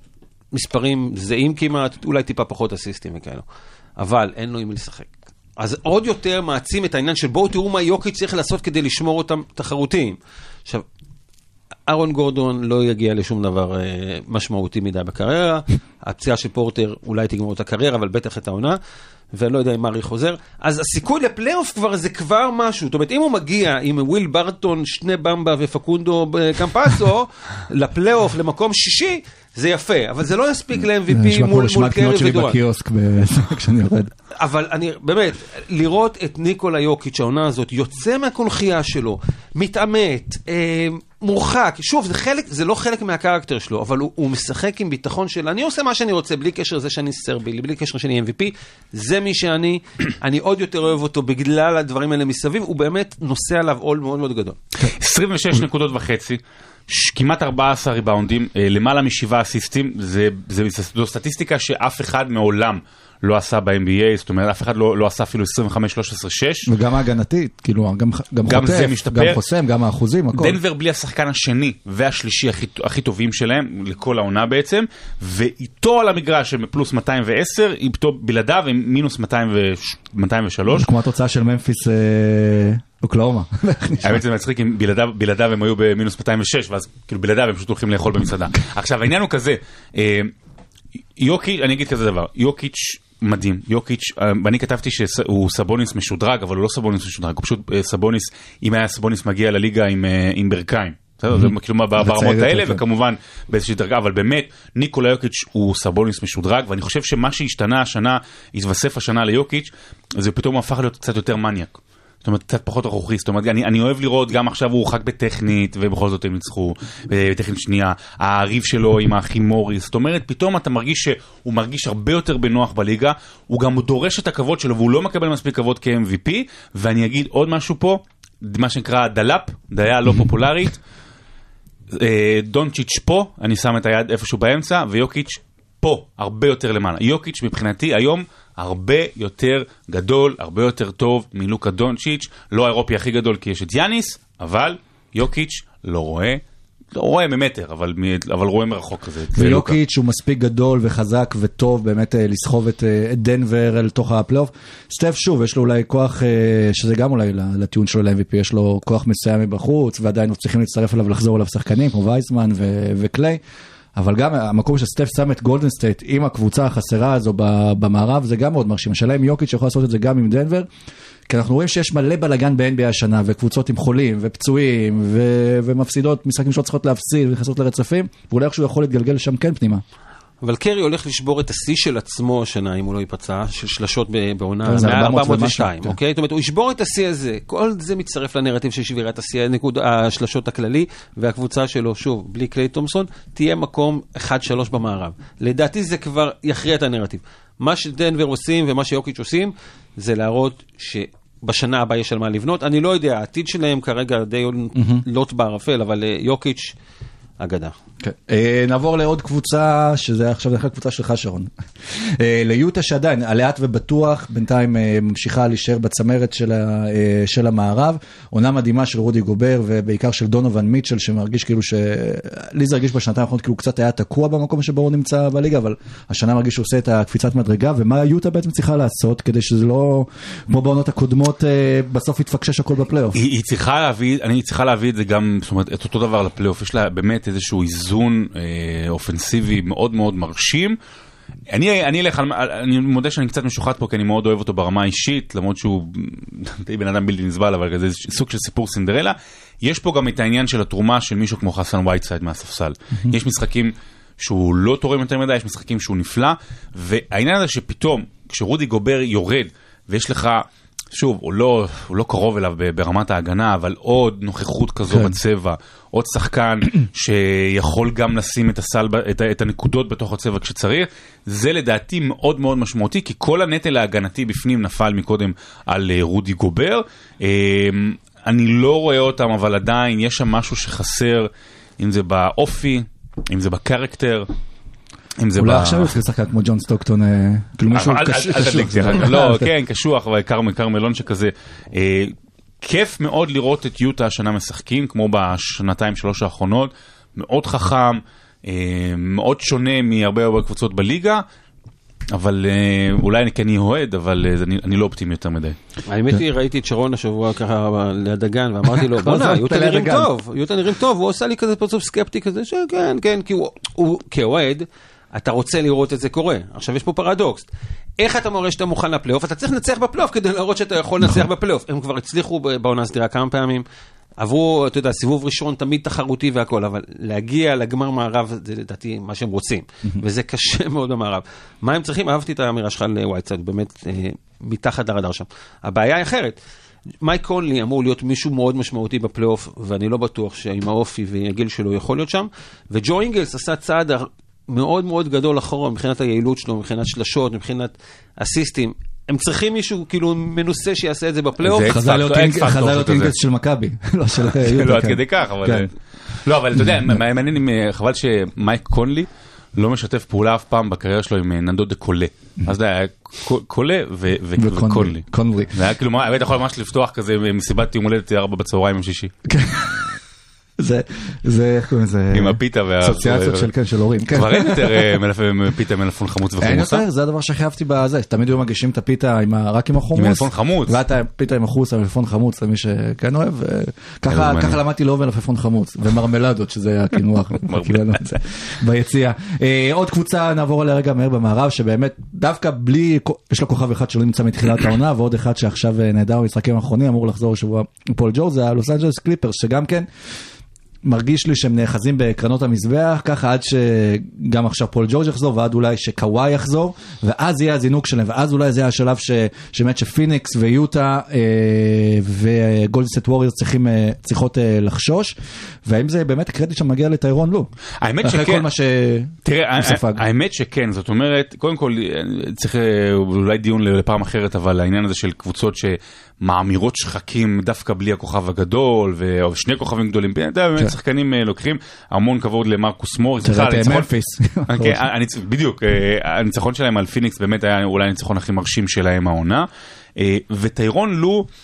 מספרים זהים כמעט, אולי טיפה פחות אסיסטים וכאלו. אבל אין לו עם לשחק. אז עוד יותר מעצים את העניין של בואו תראו מה יוקיץ' צריך לעשות כדי לשמור אותם תחרותיים. עכשיו, ארון גורדון לא יגיע לשום דבר אה, משמעותי מדי בקריירה. הפציעה של פורטר אולי תגמור את הקריירה, אבל בטח את העונה. ואני לא יודע אם מרי חוזר. אז הסיכוי לפלייאוף כבר זה כבר משהו. זאת אומרת, אם הוא מגיע עם וויל ברטון, שני במבה ופקונדו בקמפסו, לפלייאוף, למקום שישי, זה יפה. אבל זה לא יספיק ל-אם וי פי מול קרי ודורנט. שלי בקיוסק כשאני יורד. אבל אני, באמת, לראות את ניקולה יוקיץ' העונה הזאת, יוצא מהקונחייה שלו, מתעמת, אה, מורחק, שוב, זה חלק, זה לא חלק מהקרקטר שלו, אבל הוא, הוא משחק עם ביטחון של, אני עושה מה שאני רוצה, בלי קשר לזה שאני סרבי, בלי קשר שאני אם וי פי, זה מי שאני, אני עוד יותר אוהב אותו, בגלל הדברים האלה מסביב, הוא באמת נושא עליו עול מאוד מאוד גדול. עשרים ושש נקודות וחצי, כמעט ארבעה עשר ריבאונדים, למעלה משבעה אסיסטים, זה, זה, זו סטטיסטיקה שאף אחד מעולם לא עשה ב-אם בי איי, זאת אומרת, אף אחד לא, לא עשה אפילו עשרים וחמש שלוש עשרה שש. וגם ההגנתית, כאילו, גם, גם, גם חוטף, זה משתפר. גם חוסם, גם האחוזים, הכל. דנבר בלי השחקן השני והשלישי הכי, הכי טובים שלהם, לכל העונה בעצם, ואיתו על המגרש של פלוס מאתיים ועשר, איתו בלעדיו עם מינוס מאתיים ושלוש. כמו התוצאה של ממפיס... אה... אוקלאומה. האמת זה מצחיק, אם בלעדיו הם היו במינוס מאתיים ושש, ואז כאילו בלעדיו הם פשוט הולכים לאכול במסעדה. עכשיו העניין הוא כזה, יוקיץ', אני אגיד כזה דבר, יוקיץ' מדהים, יוקיץ', ואני כתבתי שהוא סבוניס משודרג, אבל הוא לא סבוניס משודרג, הוא פשוט סבוניס, אם היה סבוניס מגיע לליגה עם ברכיים, זה כאילו ברמות האלה, וכמובן באיזושהי דרגה, אבל באמת, ניקולה יוקיץ' הוא סבוניס משודרג, ואני חושב שמה שהשתנה השנה, התווסף השנה ליוקיץ', זה פתאום הפך להיות קצת יותר מניאק. זאת אומרת, קצת פחות רכוכי, זאת אומרת, אני, אני אוהב לראות, גם עכשיו הוא חק בטכנית, ובכל זאת הם ניצחו, בטכנית שנייה, הריב שלו עם האחימורי, זאת אומרת, פתאום אתה מרגיש שהוא מרגיש הרבה יותר בנוח בליגה, הוא גם דורש את הכבוד שלו, והוא לא מקבל מספיק כבוד כ-אם וי פי, ואני אגיד עוד משהו פה, מה שנקרא דלאפ, דיה לא פופולרית, דונצ'יץ' פה, אני שם את היד איפשהו באמצע, ויוקיץ' פה, הרבה יותר למעלה. יוקיץ' מבחינתי היום, הרבה יותר גדול, הרבה יותר טוב מלוקה דונצ'יץ', לא האירופי הכי גדול כי יש את יאניס, אבל יוקיץ' לא רואה רואה ממטר, אבל, אבל רואה מרחוק כזה. ויוקיץ' הוא מספיק גדול וחזק וטוב באמת לסחוב את, את דנבר אל תוך הפלייאוף. סטף שוב, יש לו אולי כוח, שזה גם אולי לטיעון שלו ל-אם וי פי, יש לו כוח מסוים מבחוץ, ועדיין צריכים להצטרף אליו ולחזור אליו שחקנים, כמו וייסמן ו- וקליי. אבל גם המקום שסטף שם את גולדן סטייט עם הקבוצה החסרה הזו במערב, זה גם מאוד מרשים. השאלה אם יוקיץ' יכול לעשות את זה גם עם דנבר, כי אנחנו רואים שיש מלא בלגן ב-אן בי איי השנה, וקבוצות עם חולים ופצועים, ו- ומפסידות משחקים שלא צריכות להפסיד ונכנסות לרצפים, ואולי איכשהו יכול להתגלגל שם כן פנימה. אבל קרי הולך לשבור את השיא של עצמו השנה, אם הוא לא ייפצע, של שלשות בעונה ארבע מאות ושתיים, אוקיי? זאת אומרת, הוא ישבור את השיא הזה. כל זה מצטרף לנרטיב של שבירת השיא, השלשות הכללי, והקבוצה שלו, שוב, בלי קליי תומפסון, תהיה מקום אחד שלוש במערב. לדעתי זה כבר יכריע את הנרטיב. מה שדנבר עושים ומה שיוקיץ' עושים, זה להראות שבשנה הבאה יש על מה לבנות. אני לא יודע, העתיד שלהם כרגע די לוט בערפל, אבל יוקיץ' אגדה. נעבור לעוד קבוצה, שזה עכשיו דרך הקבוצה שלך שרון. ליוטה שעדיין, לאט ובטוח, בינתיים ממשיכה להישאר בצמרת של המערב. עונה מדהימה של רודי גובר, ובעיקר של דונוvan מיטשל, שמרגיש כאילו ש... לי זה הרגיש בשנתיים האחרונות, כאילו קצת היה תקוע במקום שבו הוא נמצא בליגה, אבל השנה מרגיש שהוא עושה את הקפיצת מדרגה, ומה יוטה בעצם צריכה לעשות, כדי שזה לא, כמו בעונות הקודמות, בסוף יתפקשש הכל בפלייאוף. היא צריכה להביא, אני צריכה להביא את זה גם, זאת אומרת, את אותו דבר לפלייאוף. יש לה באמת איזשהו איזון אה, אופנסיבי מאוד מאוד מרשים. אני, אני, אלך, אני מודה שאני קצת משוחד פה, כי אני מאוד אוהב אותו ברמה האישית, למרות שהוא די בן אדם בלתי נסבל, אבל זה סוג של סיפור סינדרלה. יש פה גם את העניין של התרומה של מישהו כמו חסן וייטסייד מהספסל. Mm-hmm. יש משחקים שהוא לא תורם יותר מדי, יש משחקים שהוא נפלא, והעניין הזה שפתאום, כשרודי גובר יורד, ויש לך, שוב, הוא לא, הוא לא קרוב אליו ברמת ההגנה, אבל עוד נוכחות כזו בצבע, עוד שחקן שיכול גם לשים את הסל, את, את הנקודות בתוך הצבע כשצריך, זה לדעתי מאוד מאוד משמעותי, כי כל הנטל ההגנתי בפנים נפל מקודם על רודי גובר. אני לא רואה אותם, אבל עדיין יש שם משהו שחסר, אם זה באופי, אם זה בקרקטר, אולי עכשיו יש לשחקן כמו ג'ון סטוקטון, כאילו מישהו קשוח. לא, כן, קשוח, אבל קרמלון שכזה. כיף מאוד לראות את יוטה השנה משחקים, כמו בשנתיים שלוש האחרונות, מאוד חכם, מאוד שונה מהרבה הרבה קבוצות בליגה, אבל אולי אני כן אוהד, אבל אני לא אופטימי יותר מדי. האמת היא, ראיתי את שרון השבוע ככה ליד הגן, ואמרתי לו, בוא נה, יוטה נראים טוב, יוטה נראים טוב, הוא עושה לי כזה פרצוף סקפטי כזה, שכן, כן, כי הוא כאוהד, אתה רוצה לראות את זה קורה. עכשיו יש פה פרדוקס. איך אתה מראה שאתה מוכן לפלייאוף? אתה צריך לנצח בפלייאוף כדי להראות שאתה יכול לנצח בפלייאוף. הם כבר הצליחו בעונה סדירה כמה פעמים. עברו, אתה יודע, סיבוב ראשון תמיד תחרותי והכל, אבל להגיע לגמר מערב, זה לדעתי מה שהם רוצים. וזה קשה מאוד במערב. מה הם צריכים? אהבתי את האמירה שלך לווייטסייד, באמת מתחת לרדאר שם. הבעיה היא אחרת. מייק קונלי אמור להיות מישהו מאוד משמעותי בפלייאוף, ואני לא בטוח שעם האופי והגיל שלו יכול להיות שם. וג'ו אינגלס עשה צעד מאוד מאוד גדול אחרון, מבחינת היעילות שלו, מבחינת שלשות, מבחינת אסיסטים. הם צריכים מישהו כאילו מנוסה שיעשה את זה בפלייאוף. חזר להיות אינגלס של מכבי. לא עד כדי כך, אבל... לא, אבל אתה יודע, מעניין, חבל שמייק קונלי לא משתף פעולה אף פעם בקריירה שלו עם ננדו דה קולה. אז זה היה קולה וקונלי. קונלי. זה היה כאילו, היית יכול ממש לפתוח כזה מסיבת יום הולדת ארבע בצהריים עם שישי. זה, זה, איך קוראים לזה? עם הפיתה וה... אסוציאציות של, כן, של הורים. כבר אין יותר פיתה מלפון חמוץ וחמוצה? אין יותר, זה הדבר שחייבתי בזה. תמיד היו מגישים את הפיתה רק עם החומוס. עם מלפון חמוץ. ואתה פיתה עם החוץ, מלפון חמוץ, למי שכן אוהב. ככה למדתי לא מלפון חמוץ. ומרמלדות, שזה הקינוח. ביציאה. עוד קבוצה, נעבור עליה רגע מהר במערב, שבאמת דווקא בלי, יש לו כוכב אחד שלא נמצא מתחילת העונה, ועוד אחד שעכשיו נהדר במשחקים האחרונים, אמור לחזור לשבוע פול ג'ורג', זה הלוס אנג'לס קליפרס, שגם כן מרגיש לי שהם נאחזים בקרנות המזבח, ככה עד שגם עכשיו פול ג'ורג' יחזור, ועד אולי שקוואי יחזור, ואז יהיה הזינוק שלהם, ואז אולי זה השלב שבאמת שפיניקס ויוטה וגולדן סטייט ווריורס צריכות לחשוש, והאם זה באמת הקרדיט שמגיע לטיירון לו? האמת שכן. אחרי כל מה שספג. האמת שכן, זאת אומרת, קודם כל צריך אולי דיון לפעם אחרת, אבל העניין הזה של קבוצות שמאמירות שחקים דווקא בלי הכוכב הגדול, ושני כוכבים גדולים, באמת שחקנים לוקחים המון כבוד למרקוס מוריס. תראה את ממפיס. בדיוק, הניצחון שלהם על פיניקס באמת היה אולי הניצחון הכי מרשים שלהם העונה, וטיירון לו,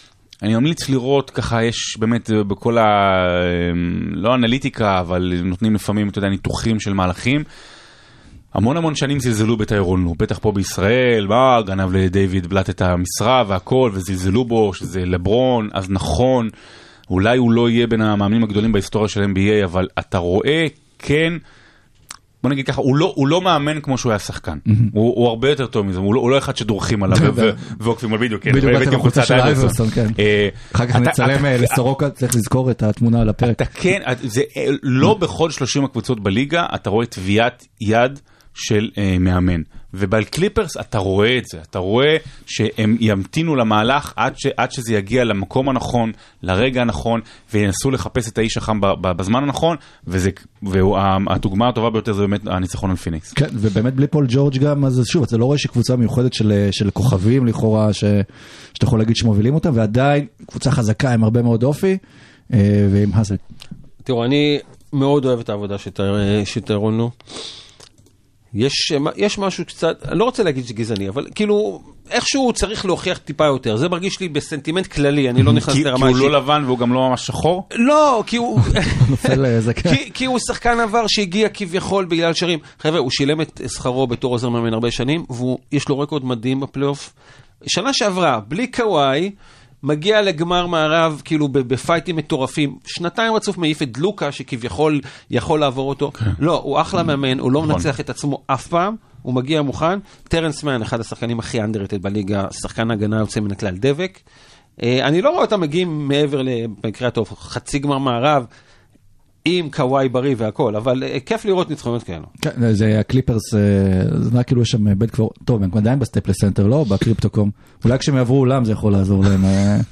אני ממליץ לראות, ככה יש באמת בכל ה... לא אנליטיקה, אבל נותנים לפעמים, אתה יודע, ניתוחים של מהלכים. המון המון שנים זלזלו בטיירון, בטח פה בישראל, מה, גנב לדיוויד בלט את המשרה והכל, וזלזלו בו, שזה לברון, אז נכון, אולי הוא לא יהיה בין המאמנים הגדולים בהיסטוריה של אן בי איי, אבל אתה רואה, כן, בוא נגיד ככה, הוא לא, הוא לא מאמן כמו שהוא היה שחקן. Mm-hmm. הוא, הוא הרבה יותר טוב מזה, הוא לא, הוא לא אחד שדורכים עליו ועוקפים על וידאו, כן. בדיוק באתם החוצה של אייברסון, כן. אחר כך נצלם לסורוקה, צריך לזכור את התמונה על הפרק. אתה כן, זה לא בכל שלושים הקבוצות בליגה, אתה רואה טביעת יד של אה, מאמן. ובעל קליפרס אתה רואה את זה, אתה רואה שהם ימתינו למהלך עד, ש, עד שזה יגיע למקום הנכון, לרגע הנכון, וינסו לחפש את האיש החם ב, ב, בזמן הנכון, וזה, והדוגמה הטובה ביותר זה באמת הניצחון על פיניקס. כן, ובאמת בלי פול ג'ורג' גם, אז שוב, אתה לא רואה שקבוצה מיוחדת של, של כוכבים לכאורה, ש, שאתה יכול להגיד שמובילים אותם, ועדיין קבוצה חזקה עם הרבה מאוד אופי, ועם הסק. תראו, אני מאוד אוהב את העבודה שתראונו. יש, יש משהו קצת, אני לא רוצה להגיד שגזעני, אבל כאילו, איכשהו צריך להוכיח טיפה יותר. זה מרגיש לי בסנטימנט כללי, אני לא נכנס לרמה אישית. כי הוא לא לבן והוא גם לא ממש שחור? לא, כי הוא... נופל זקן. כי, כי הוא שחקן עבר שהגיע כביכול בגלל שרים. חבר'ה, הוא שילם את שכרו בתור עוזר מאמן הרבה שנים, ויש לו רקורד מדהים בפלייאוף. שנה שעברה, בלי קוואי, מגיע לגמר מערב, כאילו בפייטים מטורפים, שנתיים רצוף מעיף את לוקה, שכביכול יכול לעבור אותו. לא, הוא אחלה מאמן, הוא לא מנצח את עצמו אף פעם, הוא מגיע מוכן. טרנס מן, אחד השחקנים הכי אנדררטד בליגה, שחקן הגנה יוצא מן הכלל דבק. אני לא רואה אותם מגיעים מעבר במקרה הטוב, חצי גמר מערב, עם קוואי בריא והכל, אבל כיף לראות ניצחונות כאלו. כן, זה הקליפרס, זה נראה כאילו יש שם בית כבר, טוב, הם עדיין בסטייפלס סנטר, לא? בקריפטוקום. אולי כשהם יעברו אולם זה יכול לעזור להם.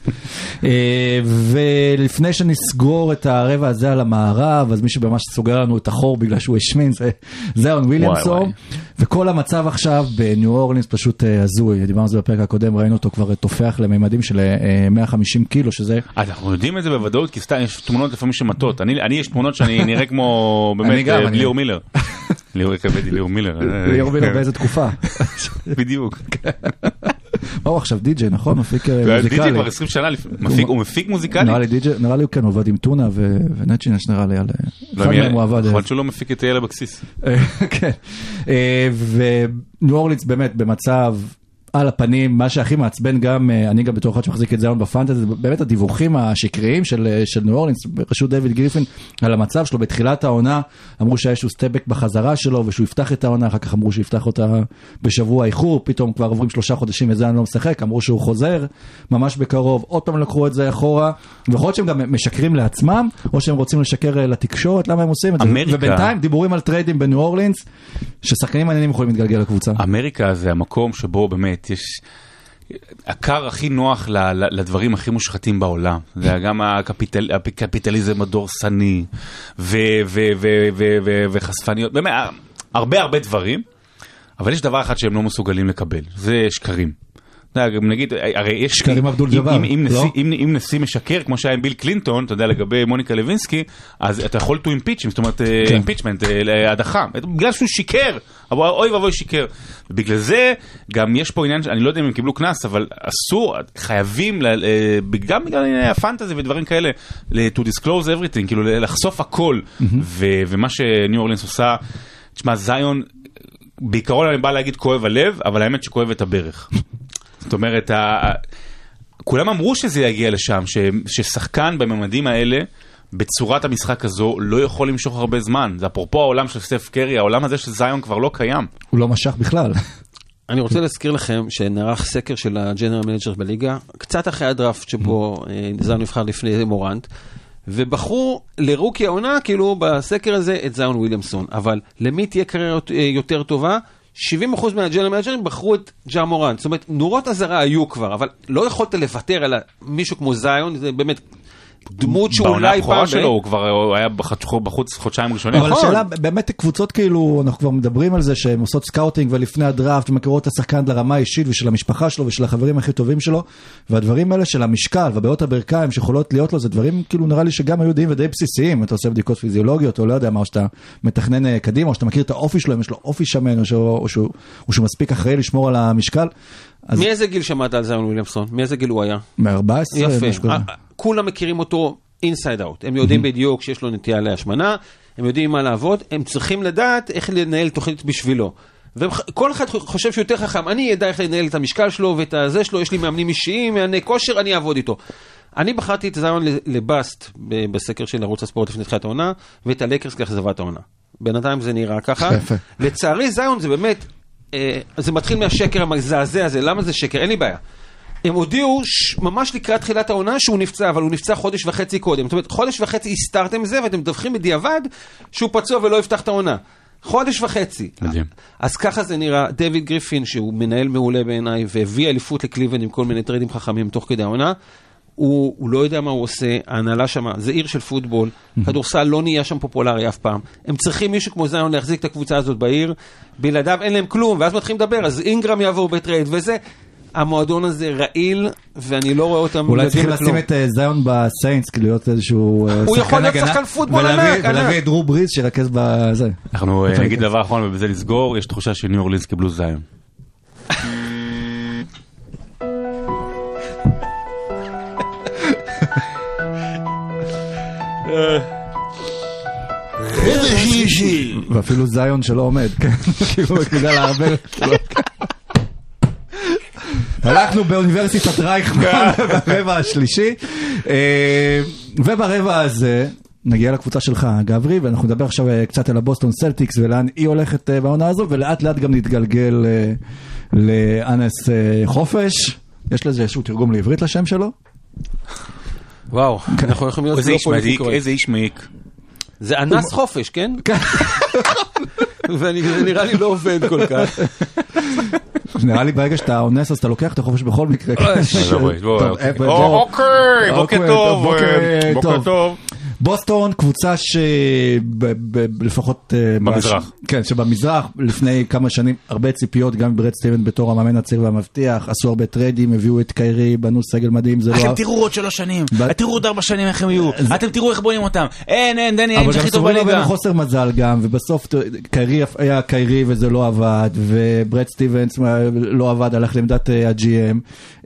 ולפני שנסגור את הרבע הזה על המערב, אז מישהו ממש סוגר לנו את החור בגלל שהוא השמין, זה זיון וויליאמסון, וכל המצב עכשיו בניו אורלינס פשוט הזוי. דיברנו על זה בפרק הקודם, ראינו אותו כבר תופח לממדים של מאה וחמישים קילו, שזה... אנחנו יודעים את זה בוודאות, כי סתם יש תמונות לפעמים שמטות. אני יש תמונות שאני נראה כמו באמת ליאור מילר. ליאור כבדי, ליאור מילר. ליאור מילר באיזה תקופה. בדיוק. מה הוא עכשיו די-ג'יי, נכון? מפיק מוזיקלי. די-ג'יי כבר עשרים שנה, הוא מפיק מוזיקלי? נראה לי די-ג'יי, נראה לי הוא כן, הוא עבד עם טונה ונצ'ינש נראה לי על... נכון שהוא לא מפיק את אייל אבקסיס. כן. וניו אורלינס באמת במצב... על הפנים, מה שהכי מעצבן גם, אני גם בתור אחד שמחזיק את זה היום בפנטזי, זה באמת הדיווחים השקריים של, של ניו אורלינס, בראשות דיוויד גריפין, על המצב שלו בתחילת העונה, אמרו שהיה שהוא סטייבק בחזרה שלו, ושהוא יפתח את העונה, אחר כך אמרו שיפתח אותה בשבוע איחור, פתאום כבר עוברים שלושה חודשים וזה אני לא משחק, אמרו שהוא חוזר ממש בקרוב, עוד פעם לקחו את זה אחורה, ויכול להיות שהם גם משקרים לעצמם, או שהם רוצים לשקר לתקשורת, למה הם עושים את זה? אמריקה. ובינתיים דיבורים על טריידים בניו אורלינס, ששחקנים מעניינים יכולים להתגלגל לקבוצה. אמריקה זה המקום שבו באמת יש הקר הכי נוח לדברים הכי מושחתים בעולם. זה גם הקפיטליזם הדורסני וחשפניות, באמת הרבה הרבה דברים, אבל יש דבר אחד שהם לא מסוגלים לקבל, זה שקרים. נגיד, הרי יש... שקרים אבדול ג'בר, לא? אם נשיא משקר, כמו שהיה עם ביל קלינטון, אתה יודע, לגבי מוניקה לוינסקי, אז אתה יכול to impeach, זאת אומרת, impeachment, הדחה, בגלל שהוא שיקר, אבל אוי ואבוי שיקר. ובגלל זה, גם יש פה עניין, אני לא יודע אם הם קיבלו כנס, אבל אסור, חייבים, גם בגלל הפנטזי ודברים כאלה, to disclose everything, כאילו לחשוף הכל, ומה שניו אורלינס עושה, תשמע, זיון, בעיקרון אני בא להגיד כואב הלב, אבל האמת שכואב את הברך. זאת אומרת, כולם אמרו שזה יגיע לשם, ששחקן בממדים האלה, בצורת המשחק הזו, לא יכול למשוך הרבה זמן. זה אפרופו העולם של סטף קרי, העולם הזה של זיון כבר לא קיים. הוא לא משך בכלל. אני רוצה להזכיר לכם שנערך סקר של הג'נרל מנג'ר בליגה, קצת אחרי הדראפט שבו זיון נבחר לפני מורנט, ובחרו לרוקי העונה, כאילו בסקר הזה, את זיון וויליאמסון. אבל למי תהיה קריירה יותר טובה? שבעים אחוז מהג'נרל מנג'רים בחרו את ג'ה מורנט. זאת אומרת, נורות הזרה היו כבר, אבל לא יכולת לוותר על מישהו כמו זיון, זה באמת דמות שאולי פעם... בעונה הבכורה שלו, הוא כבר היה בחוץ חודשיים ראשונים. אבל השאלה, באמת קבוצות כאילו, אנחנו כבר מדברים על זה, שהן עושות סקאוטינג ולפני הדראפט, ומכירות את השחקן לרמה האישית ושל המשפחה שלו ושל החברים הכי טובים שלו, והדברים האלה של המשקל ובעיות הברכיים שיכולות להיות לו, זה דברים כאילו נראה לי שגם היו דיים ודי בסיסיים. אתה עושה בדיקות פיזיולוגיות, או לא יודע מה, או שאתה מתכנן קדימה, או שאתה מכיר את האופי שלו, אם יש לו אופי שמן, או שהוא מספיק אחראי לשמור על המשקל. מאיזה גיל שמעת על זיון וויליאמסון? מאיזה גיל הוא היה? מ-ארבע עשרה. יפה. כולם מכירים אותו אינסייד אאוט. הם יודעים בדיוק שיש לו נטייה להשמנה, הם יודעים מה לעבוד, הם צריכים לדעת איך לנהל תוכנית בשבילו. וכל אחד חושב שהוא יותר חכם, אני ידע איך לנהל את המשקל שלו ואת הזה שלו, יש לי מאמנים אישיים, מאמני כושר, אני אעבוד איתו. אני בחרתי את זיון לבאסט בסקר של ערוץ הספורט לפני תחילת העונה, ואת הלקרס כאכזבת העונה. בינתיים זה נראה ככה. לצערי זיון זה באמת, זה מתחיל מהשקר המזעזע הזה, למה זה שקר? אין לי בעיה. הם הודיעו ממש לקראת תחילת העונה שהוא נפצע, אבל הוא נפצע חודש וחצי קודם. זאת אומרת, חודש וחצי הסתרתם זה, ואתם מדווחים בדיעבד שהוא פצוע ולא יפתח את העונה. חודש וחצי. מדהים. אז ככה זה נראה. דיוויד גריפין, שהוא מנהל מעולה בעיניי, והביא אליפות לקליבלנד עם כל מיני טריידים חכמים תוך כדי העונה, הוא, הוא לא יודע מה הוא עושה, ההנהלה שם, זה עיר של פוטבול, כדורסל לא נהיה שם פופולרי אף פעם. הם צריכים מישהו כמו זיון להחזיק את הקבוצה הזאת בעיר, בלעדיו אין להם כלום, ואז מתחילים לדבר, אז אינגרם יעבור בטרייד, וזה, המועדון הזה רעיל, ואני לא רואה אותם... אולי צריכים לשים את זיון בסיינס, כי להיות איזשהו הוא יכול להיות שחקן פוטבול ענק. ולהביא את דרו בריז שירכז בזה. אנחנו נגיד דבר אחרון, ובזה לסגור, יש תחושה שניו אורלינס קיבלו זיון. ואפילו זיון שלא עומד, כאילו כדאי להרבה. הלכנו באוניברסיטת רייכמן ברבע השלישי, וברבע הזה נגיע לקבוצה שלך, גברי, ואנחנו נדבר עכשיו קצת על הבוסטון סלטיקס ולאן היא הולכת בעונה הזו, ולאט לאט גם נתגלגל לאנס חופש. יש לזה איזשהו תרגום לעברית לשם שלו? וואו, אנחנו יכולים להיות לא פוליטיקורים. איזה איש מעיק. זה אנס חופש, כן? וזה נראה לי לא עובד כל כך. נראה לי ברגע שאתה אונס אז אתה לוקח את החופש בכל מקרה. אוקיי, בוקר טוב. בוקר טוב. בוסטון, קבוצה שלפחות במזרח. כן, שבמזרח, לפני כמה שנים, הרבה ציפיות, גם ברד סטיבן בתור המאמן הצעיר והמבטיח, עשו הרבה טריידים, הביאו את קיירי, בנו סגל מדהים, זה לא... אתם תראו עוד שלוש שנים, תראו עוד ארבע שנים איך הם יהיו, אתם תראו איך בונים אותם, אין, אין, דני, אין שכי טוב בליגה. אבל גם חוסר מזל גם, ובסוף קיירי היה קיירי וזה לא עבד, וברד סטיבנס לא עבד, הלך לעמדת ה-ג'י אם,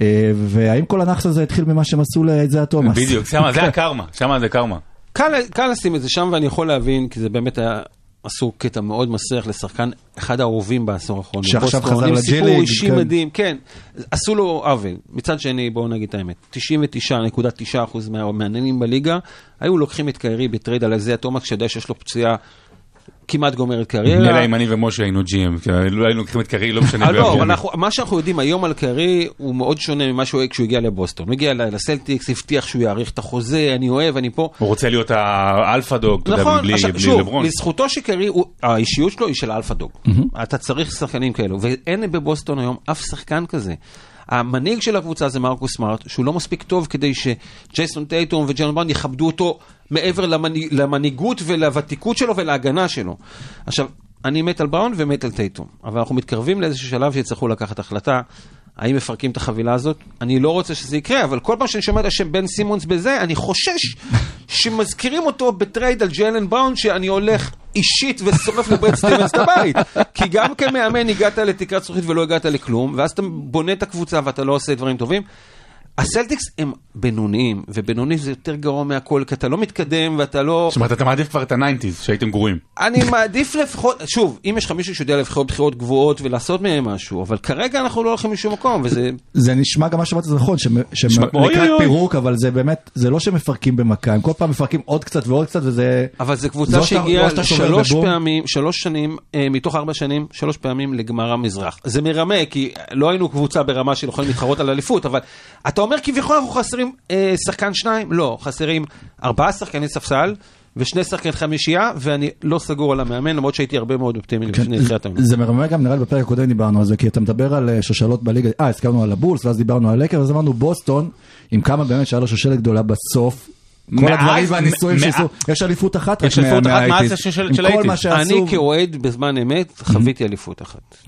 והאם כל הנחס הזה התחיל ממה שהם עשו לאיזיה תומאס? בדיוק, שמה, זה הקרמה, שמה זה קרמה. קל, קל לשים את זה שם, ואני יכול להבין, כי זה באמת היה, עשו קטע מאוד מסריח לשחקן, אחד האהובים בעשור האחרון. שעכשיו חזר לג'ילי. סיפור אישי מדהים, כן. עשו לו עוול. מצד שני, בואו נגיד את האמת, תשעים ותשע נקודה תשע אחוז מהמעניינים בליגה, היו לוקחים את קיירי בטרייד על איזיה תומאס, כשיודע שיש לו פציעה כמעט גומרת קריירה. אלא אם אני ומשה היינו ג'י אם, לא היינו לוקחים את קיירי, לא משנה. לא, מה שאנחנו יודעים היום על קיירי הוא מאוד שונה ממה שהוא היה כשהוא הגיע לבוסטון. הוא הגיע לסלטיקס, הבטיח שהוא יאריך את החוזה, אני אוהב, אני פה. הוא רוצה להיות האלפא דוג, אתה יודע, בלי לברון. שוב, לזכותו שקיירי, האישיות שלו היא של האלפא דוג. אתה צריך שחקנים כאלו, ואין בבוסטון היום אף שחקן כזה. המנהיג של הקבוצה זה מרקוס סמארט, שהוא לא מספיק טוב כדי שג'ייסון טייטום וג'יילן בראון יכבדו אותו מעבר למנהיגות ולוותיקות שלו ולהגנה שלו. עכשיו, אני מת על בראון ומת על טייטום, אבל אנחנו מתקרבים לאיזשהו שלב שיצטרכו לקחת החלטה, האם מפרקים את החבילה הזאת? אני לא רוצה שזה יקרה, אבל כל פעם שאני שומע את השם בן סימונס בזה, אני חושש שמזכירים אותו בטרייד על ג'יילן בראון, שאני הולך אישית ושורף לברד סטיבנס את הבית. כי גם כמאמן הגעת לתקרת זכוכית ולא הגעת לכלום, ואז אתה בונה את הקבוצה ואתה לא עושה דברים טובים. הסלטיקס הם בינוניים, ובינוני זה יותר גרוע מהכל, כי אתה לא מתקדם ואתה לא... זאת אומרת, אתה מעדיף כבר את ה-תשעים שהייתם גרועים. אני מעדיף לפחות, שוב, אם יש לך מישהו שיודע לבחור בחירות גבוהות ולעשות מהם משהו, אבל כרגע אנחנו לא הולכים משום מקום, וזה... זה נשמע גם מה שאמרת, זה נכון, שלקראת פירוק, אבל זה באמת, זה לא שמפרקים במכה, הם כל פעם מפרקים עוד קצת ועוד קצת, וזה... אבל זה קבוצה שהגיעה שלוש פעמים, שלוש שנים, מתוך ארבע שנים, שלוש פעמים לגמר המזרח. זה מרמה, כי לא היינו קבוצה ברמה של יכולים להתחרות על אליפות, אבל אתה אומר כביכול אנחנו חסרים אה, שחקן שניים? לא, חסרים ארבעה שחקני ספסל ושני שחקני חמישייה, ואני לא סגור על המאמן, למרות שהייתי הרבה מאוד אופטימי לפני תחילת העונה. זה מרמה גם, נראה לי בפרק הקודם דיברנו על זה, כי אתה מדבר על שושלות בליגה, אה, הזכרנו על הבולס, ואז דיברנו על לקר, ואז אמרנו בוסטון, עם כמה באמת שהיה לו שושלת גדולה בסוף, כל הדברים והניסויים שעשו, יש אליפות אחת, יש אליפות אחת, מה זה של האיטיז? אני כאוהד בזמן אמת, חוויתי אליפות אחת.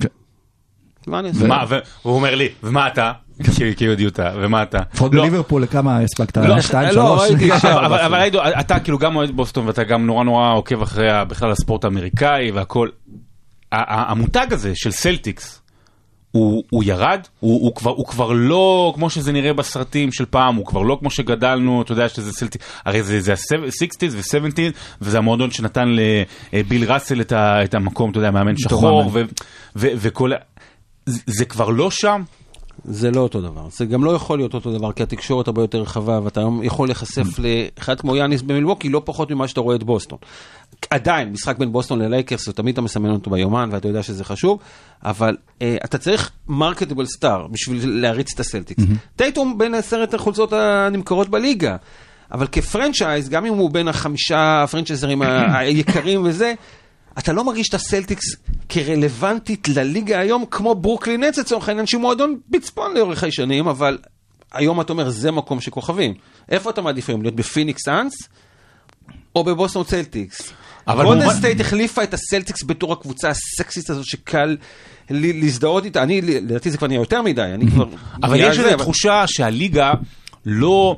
והוא אומר לי, ומה אתה? כי יודיותה, ומה אתה? לפחות בליברפול לכמה הספקת? שתיים, שלוש? אבל ראידו, אתה כאילו גם אוהד בוסטון, ואתה גם נורא נורא עוקב אחרי בכלל הספורט האמריקאי והכל. המותג הזה של סלטיקס, הוא, הוא ירד, הוא, הוא, כבר, הוא כבר לא כמו שזה נראה בסרטים של פעם, הוא כבר לא כמו שגדלנו, אתה יודע שזה סלטי, הרי זה, זה ה-שישים ו-שבעים, וזה המועדון שנתן לביל ראסל את, ה, את המקום, אתה יודע, מאמן שחור, ו, ו, וכל, זה, זה כבר לא שם. זה לא אותו דבר, זה גם לא יכול להיות אותו דבר, כי התקשורת הרבה יותר רחבה, ואתה היום יכול להיחשף לאחד כמו יאניס במילווקי, לא פחות ממה שאתה רואה את בוסטון. עדיין, משחק בין בוסטון ללייקרס, ותמיד אתה מסמן אותו ביומן, ואתה יודע שזה חשוב, אבל אה, אתה צריך מרקטיבל סטאר, בשביל להריץ את הסלטיקס. טייטום בין עשרת החולצות הנמכרות בליגה, אבל כפרנצ'ייז, גם אם הוא בין החמישה הפרנצ'ייזרים היקרים וזה, אתה לא מרגיש את הסלטיקס כרלוונטית לליגה היום, כמו ברוקלין נטס, לצורך העניין שהוא מועדון בצפון לאורך השנים, אבל היום אתה אומר, זה מקום שכוכבים. איפה אתה מעדיף היום? להיות בפיניקס סאנס, או בבוסטון סלטיקס? גולדן סטייט החליפה את הסלטיקס בתור הקבוצה הסקסיסט הזו שקל להזדהות איתה. אני, לדעתי זה כבר נהיה יותר מדי, אני כבר... אבל יש איזו תחושה שהליגה לא...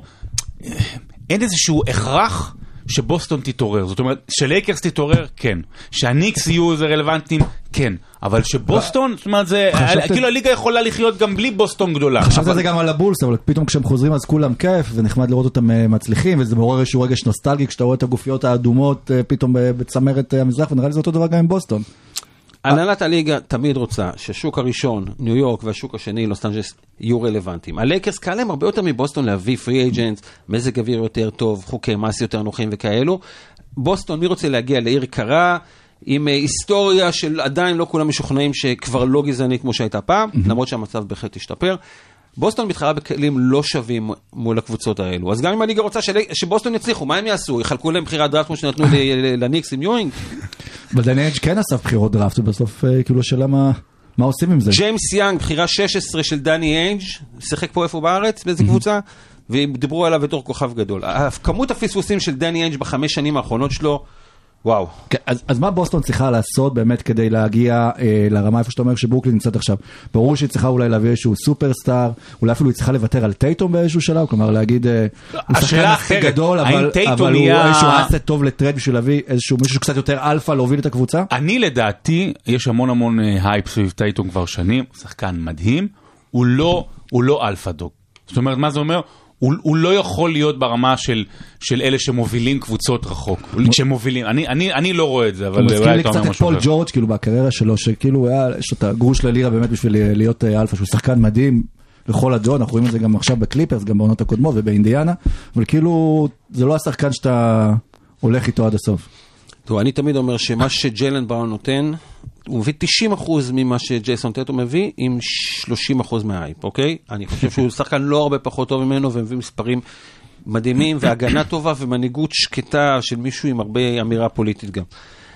אין איזשהו הכרח שבוסטון תתעורר, זאת אומרת, שלייקרס תתעורר, כן. שהניקס יהיו איזה רלוונטיים, כן. אבל שבוסטון, זאת אומרת, זה, כאילו הליגה יכולה לחיות גם בלי בוסטון גדולה. חשבת על זה גם על הבולס, אבל פתאום כשהם חוזרים אז כולם כיף, ונחמד לראות אותם מצליחים, וזה מעורר איזשהו רגש נוסטלגי, כשאתה רואה את הגופיות האדומות פתאום בצמרת המזרח, ונראה לי זה אותו דבר גם עם בוסטון. הנהלת הליגה תמיד רוצה שהשוק הראשון, ניו יורק, והשוק השני, לוס אנג'לס, יהיו רלוונטיים. הלייקרס קל להם הרבה יותר מבוסטון להביא פרי אייג'נטס, מזג אוויר יותר טוב, חוקי מס יותר נוחים וכאלו. בוסטון, מי רוצה להגיע לעיר קרה, עם היסטוריה של עדיין לא כולם משוכנעים שכבר לא גזענית כמו שהייתה פעם, למרות שהמצב בהחלט השתפר. בוסטון מתחרה בכלים לא שווים מול הקבוצות האלו. אז גם אם הליגה רוצה שבוסטון יצליחו, מה הם יעשו? יחלקו להם בחירת דראפט כמו שנתנו לניקס עם יואינג? בדני אייג' כן אסף בחירות דראפט, ובסוף כאילו שאלה מה עושים עם זה. ג'יימס יאנג, בחירה שש עשרה של דני אייג', שיחק פה איפה בארץ, באיזה קבוצה, והם דיברו עליו בתור כוכב גדול. כמות הפספוסים של דני אייג' בחמש שנים האחרונות שלו, וואו. אז, אז מה בוסטון צריכה לעשות באמת כדי להגיע אה, לרמה איפה שאתה אומר שברוקלין נמצאת עכשיו? ברור שהיא צריכה אולי להביא איזשהו סופרסטאר, אולי אפילו היא צריכה לוותר על טייטום באיזשהו שלב, כלומר להגיד, אה, הוא שחקן הכי גדול, אבל, אבל הוא איזשהו אסט טוב לטרייד בשביל להביא איזשהו מישהו שקצת יותר אלפא להוביל את הקבוצה? אני לדעתי, יש המון המון הייפ סביב טייטום כבר שנים, שחקן מדהים, הוא לא, הוא לא אלפא דוג. זאת אומרת, מה זה אומר? הוא, הוא לא יכול להיות ברמה של, של אלה שמובילים קבוצות רחוק. שמובילים. אני, אני, אני לא רואה את זה, אבל מזכיר לי קצת את פול ג'ורג' כאילו בקריירה שלו, שכאילו היה, יש אותה גרוש ללירה באמת בשביל להיות אלפא, שהוא שחקן מדהים לכל הדעות, אנחנו רואים את זה גם עכשיו בקליפרס, גם בעונות הקודמות ובאינדיאנה, אבל כאילו זה לא השחקן שאתה הולך איתו עד הסוף. טוב, אני תמיד אומר שמה שג'יילן בראון נותן, הוא מביא תשעים אחוז ממה שג'ייסון טייטום מביא, עם שלושים אחוז מההייפ, אוקיי? אני חושב שהוא שחקן לא הרבה פחות טוב ממנו, ומביא מספרים מדהימים, והגנה טובה, ומנהיגות שקטה של מישהו עם הרבה אמירה פוליטית גם.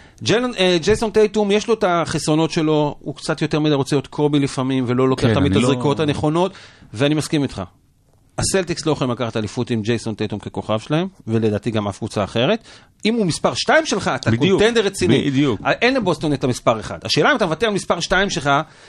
ג'ייסון טייטום, יש לו את החסרונות שלו, הוא קצת יותר מדי רוצה להיות קובי לפעמים, ולא לוקח תמיד את הזריקות הנכונות, ואני מסכים איתך. הסלטיקס לא יכולים לקחת אליפות עם ג'ייסון טייטום ככוכב שלהם, ולדעתי גם אף קבוצה אחרת. אם הוא מספר שתיים שלך, אתה קונטנדר רציני. בדיוק. אין לבוסטון את המספר אחד. השאלה אם אתה מוותר על מספר שתיים שלך,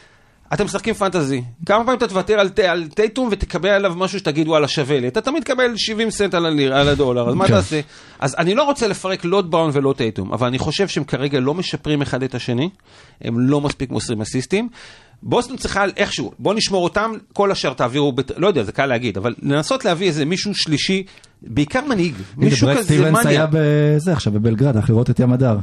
אתם משחקים פנטזי. כמה פעמים אתה תוותר על, על טייטום ותקבל עליו משהו שתגיד וואלה שווה לי. אתה תמיד תקבל שבעים סנט על, הליר, על הדולר, אז מה תעשה? אז אני לא רוצה לפרק לא בראון ולא טייטום, אבל אני חושב שהם כרגע לא משפרים אחד את השני, הם לא מספיק מוסרים אסיסטים. בוסטון צריכה איכשהו, בוא נשמור אותם, כל השאר תעבירו, לא יודע, זה קל להגיד, אבל לנסות להביא איזה מישהו שלישי, בעיקר מנהיג, מישהו כזה מניה. סטיבנס היה בזה עכשיו, בבלגרד, אנחנו לראות את ים הדר.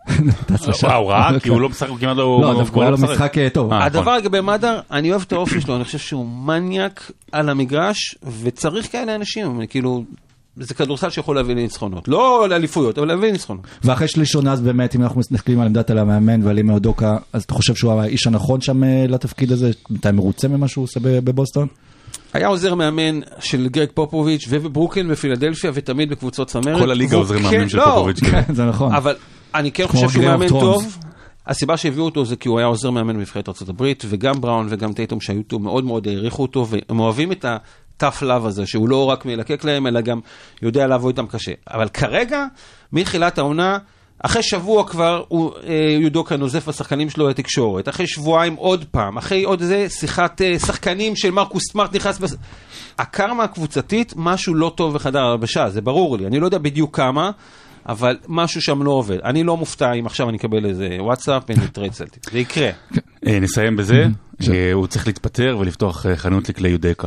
וואו, רע, כי הוא לא משחק, כמעט הוא... לא, דווקא היה לו משחק טוב. הדבר לגבי מדר, אני אוהב את האופי שלו, אני חושב שהוא מניאק על המגרש, וצריך כאלה אנשים, כאילו... זה כדורסל שיכול להביא לניצחונות. לא לאליפויות, אבל להביא לניצחונות. ואחרי שליש עונה, אז באמת, אם אנחנו מסתכלים על עמדת על המאמן ועל אימא אודוקה, אז אתה חושב שהוא האיש הנכון שם לתפקיד הזה? אתה מרוצה ממה שהוא עושה בבוסטון? היה עוזר מאמן של גרג פופוביץ' ובברוקלין בפילדלפיה, ותמיד בקבוצות צמרת. כל הליגה עוזרים מאמן של פופוביץ'. זה נכון. אבל אני כן חושב שהוא מאמן טוב. הסיבה שהביאו אותו זה כי הוא היה עוזר מאמן בנבחרת ארצות הברית, וגם בראון וגם טייטום שהיו אותו מאוד מאוד העריכו אותו, והם אוהבים את ה-tough love הזה, שהוא לא רק מלקק להם, אלא גם יודע לעבוד איתם קשה. אבל כרגע, מתחילת העונה, אחרי שבוע כבר, הוא, יודוקה נוזף השחקנים שלו לתקשורת, אחרי שבועיים עוד פעם, אחרי עוד איזה שיחת שחקנים של מרקוס סמארט נכנס, בס... הקרמה הקבוצתית, משהו לא טוב בחדר הלבשה, זה ברור לי, אני לא יודע בדיוק כמה, אבל משהו שם לא עובד. אני לא מופתע אם עכשיו אני אקבל איזה וואטסאפ, אין לי טרייד סלטיקס. זה יקרה. נסיים בזה, הוא צריך להתפטר ולפתוח חנות לכלי יודקה.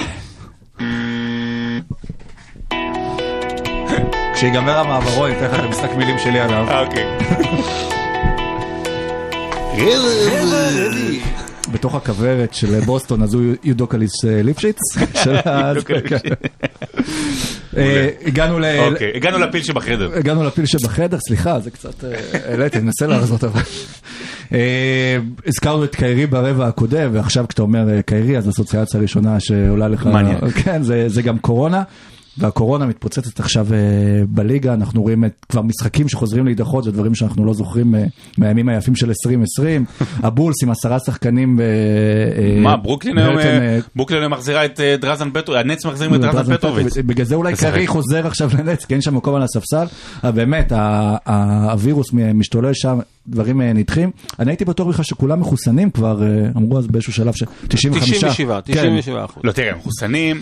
כשיגמר המעברו, אני אתן לך את המשחק מילים שלי עליו. אוקיי. בתוך הכברת של בוסטון, אז הוא יודוקליס ליפשיץ. הגענו ל... אוקיי, הגענו לפיל שבחדר. הגענו לפיל שבחדר, סליחה, זה קצת... העליתי, אני מנסה לעזות אבל. הזכרנו את קיירי ברבע הקודם, ועכשיו כשאתה אומר קיירי, אז האסוציאציה הראשונה שעולה לך... מעניין. כן, זה גם קורונה. והקורונה מתפוצצת עכשיו בליגה, אנחנו רואים כבר משחקים שחוזרים להידחות, זה דברים שאנחנו לא זוכרים מהימים היפים של עשרים עשרים, הבולס עם עשרה שחקנים. מה, ברוקלין היום מחזירה את דרזן פטרוביץ', הנץ מחזירים את דרזן פטרוביץ'. בגלל זה אולי קרי חוזר עכשיו לנץ, כי אין שם מקום על הספסל, באמת, הווירוס משתולל שם, דברים נדחים. אני הייתי בטוח בכלל שכולם מחוסנים, כבר אמרו אז באיזשהו שלב ש... תשעים ושבע אחוז. לא, תראה, מחוסנים,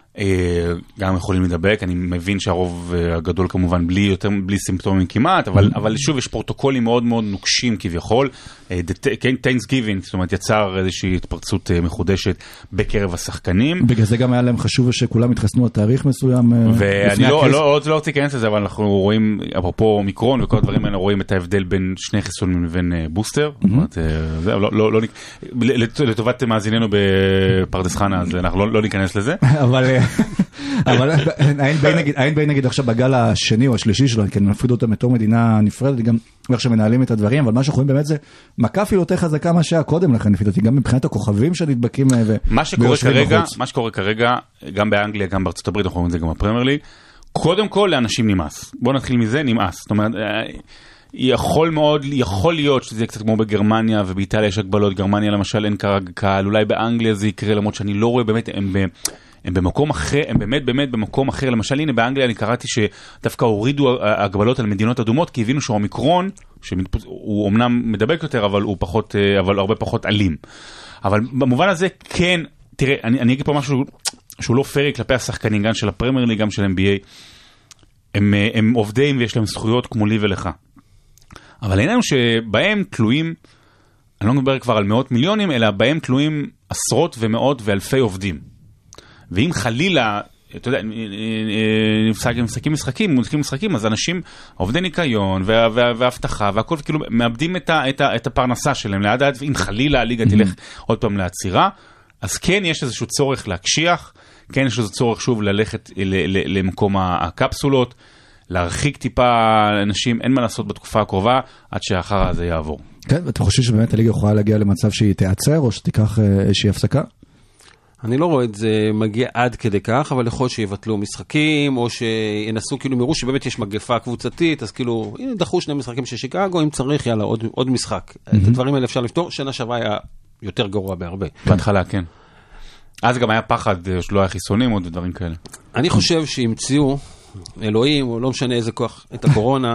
גם יכולים לדבק, אני מבין שהרוב הגדול כמובן בלי יותר, בלי סימפטומים כמעט, אבל, אבל שוב יש פרוטוקולים מאוד מאוד נוקשים כביכול, Thanksgiving, זאת אומרת יצר איזושהי התפרצות מחודשת בקרב השחקנים. בגלל זה גם היה להם חשוב שכולם התחסנו על תאריך מסוים. ואני לא, לא, לא רוצה להיכנס לזה, אבל אנחנו רואים, אפרופו מיקרון וכל הדברים האלה, רואים את ההבדל בין שני חיסונים לבין בוסטר, לא, לא, לא, לטובת מאזיננו בפרדס חנה, אז אנחנו לא, לא ניכנס לזה. אבל אבל אין בי נגיד עכשיו בגל השני או השלישי שלו, כי נפריד אותם בתור מדינה נפרדת, גם איך שמנהלים את הדברים, אבל מה שאנחנו רואים באמת זה מכה אפילו יותר חזקה מה שהיה קודם לכן, לפי דעתי, גם מבחינת הכוכבים שנדבקים מה שקורה כרגע, מה שקורה כרגע, גם באנגליה, גם בארצות הברית, אנחנו רואים את זה גם בפרמייר ליג, קודם כל לאנשים נמאס. בואו נתחיל מזה, נמאס. זאת אומרת, יכול מאוד, יכול להיות שזה קצת כמו בגרמניה, ובאיטליה יש הגבלות, גרמניה למשל אין קהל, אולי באנגליה זה יקרה, למרות שאני לא רואה באמת, הם ב... הם במקום אחר, הם באמת באמת במקום אחר. למשל, הנה באנגליה אני קראתי שדווקא הורידו הגבלות על מדינות אדומות, כי הבינו שהאומיקרון, שהוא אומנם מדבק יותר, אבל הוא פחות, אבל הרבה פחות אלים. אבל במובן הזה, כן, תראה, אני, אני אגיד פה משהו שהוא לא פרי כלפי השחקנים, גם של הפרמייר ליג, גם של אן בי איי. הם, הם עובדים ויש להם זכויות כמו לי ולך. אבל העניין הוא שבהם תלויים, אני לא מדבר כבר על מאות מיליונים, אלא בהם תלויים עשרות ומאות ואלפי עובדים. ואם חלילה, אתה יודע, משחקים משחקים, מוזיקים משחקים, אז אנשים, עובדי ניקיון והבטחה והכל, כאילו מאבדים את הפרנסה שלהם ליד היד, ואם חלילה הליגה תלך עוד פעם לעצירה, אז כן יש איזשהו צורך להקשיח, כן יש איזשהו צורך שוב ללכת למקום הקפסולות, להרחיק טיפה אנשים, אין מה לעשות בתקופה הקרובה, עד שהאחר הזה יעבור. כן, ואתה חושב שבאמת הליגה יכולה להגיע למצב שהיא תיעצר, או שתיקח איזושהי הפסקה? אני לא רואה את זה מגיע עד כדי כך, אבל יכול שיבטלו משחקים, או שינסו כאילו מראש שבאמת יש מגפה קבוצתית, אז כאילו, הנה דחו שני משחקים של שיקגו, אם צריך, יאללה, עוד, עוד משחק. Mm-hmm. את הדברים האלה אפשר לפתור, שנה שעברה היה יותר גרוע בהרבה. בהתחלה, כן. אז גם היה פחד שלא היה חיסונים עוד ודברים כאלה. אני חושב שהמציאו, אלוהים, או לא משנה איזה כוח, את הקורונה,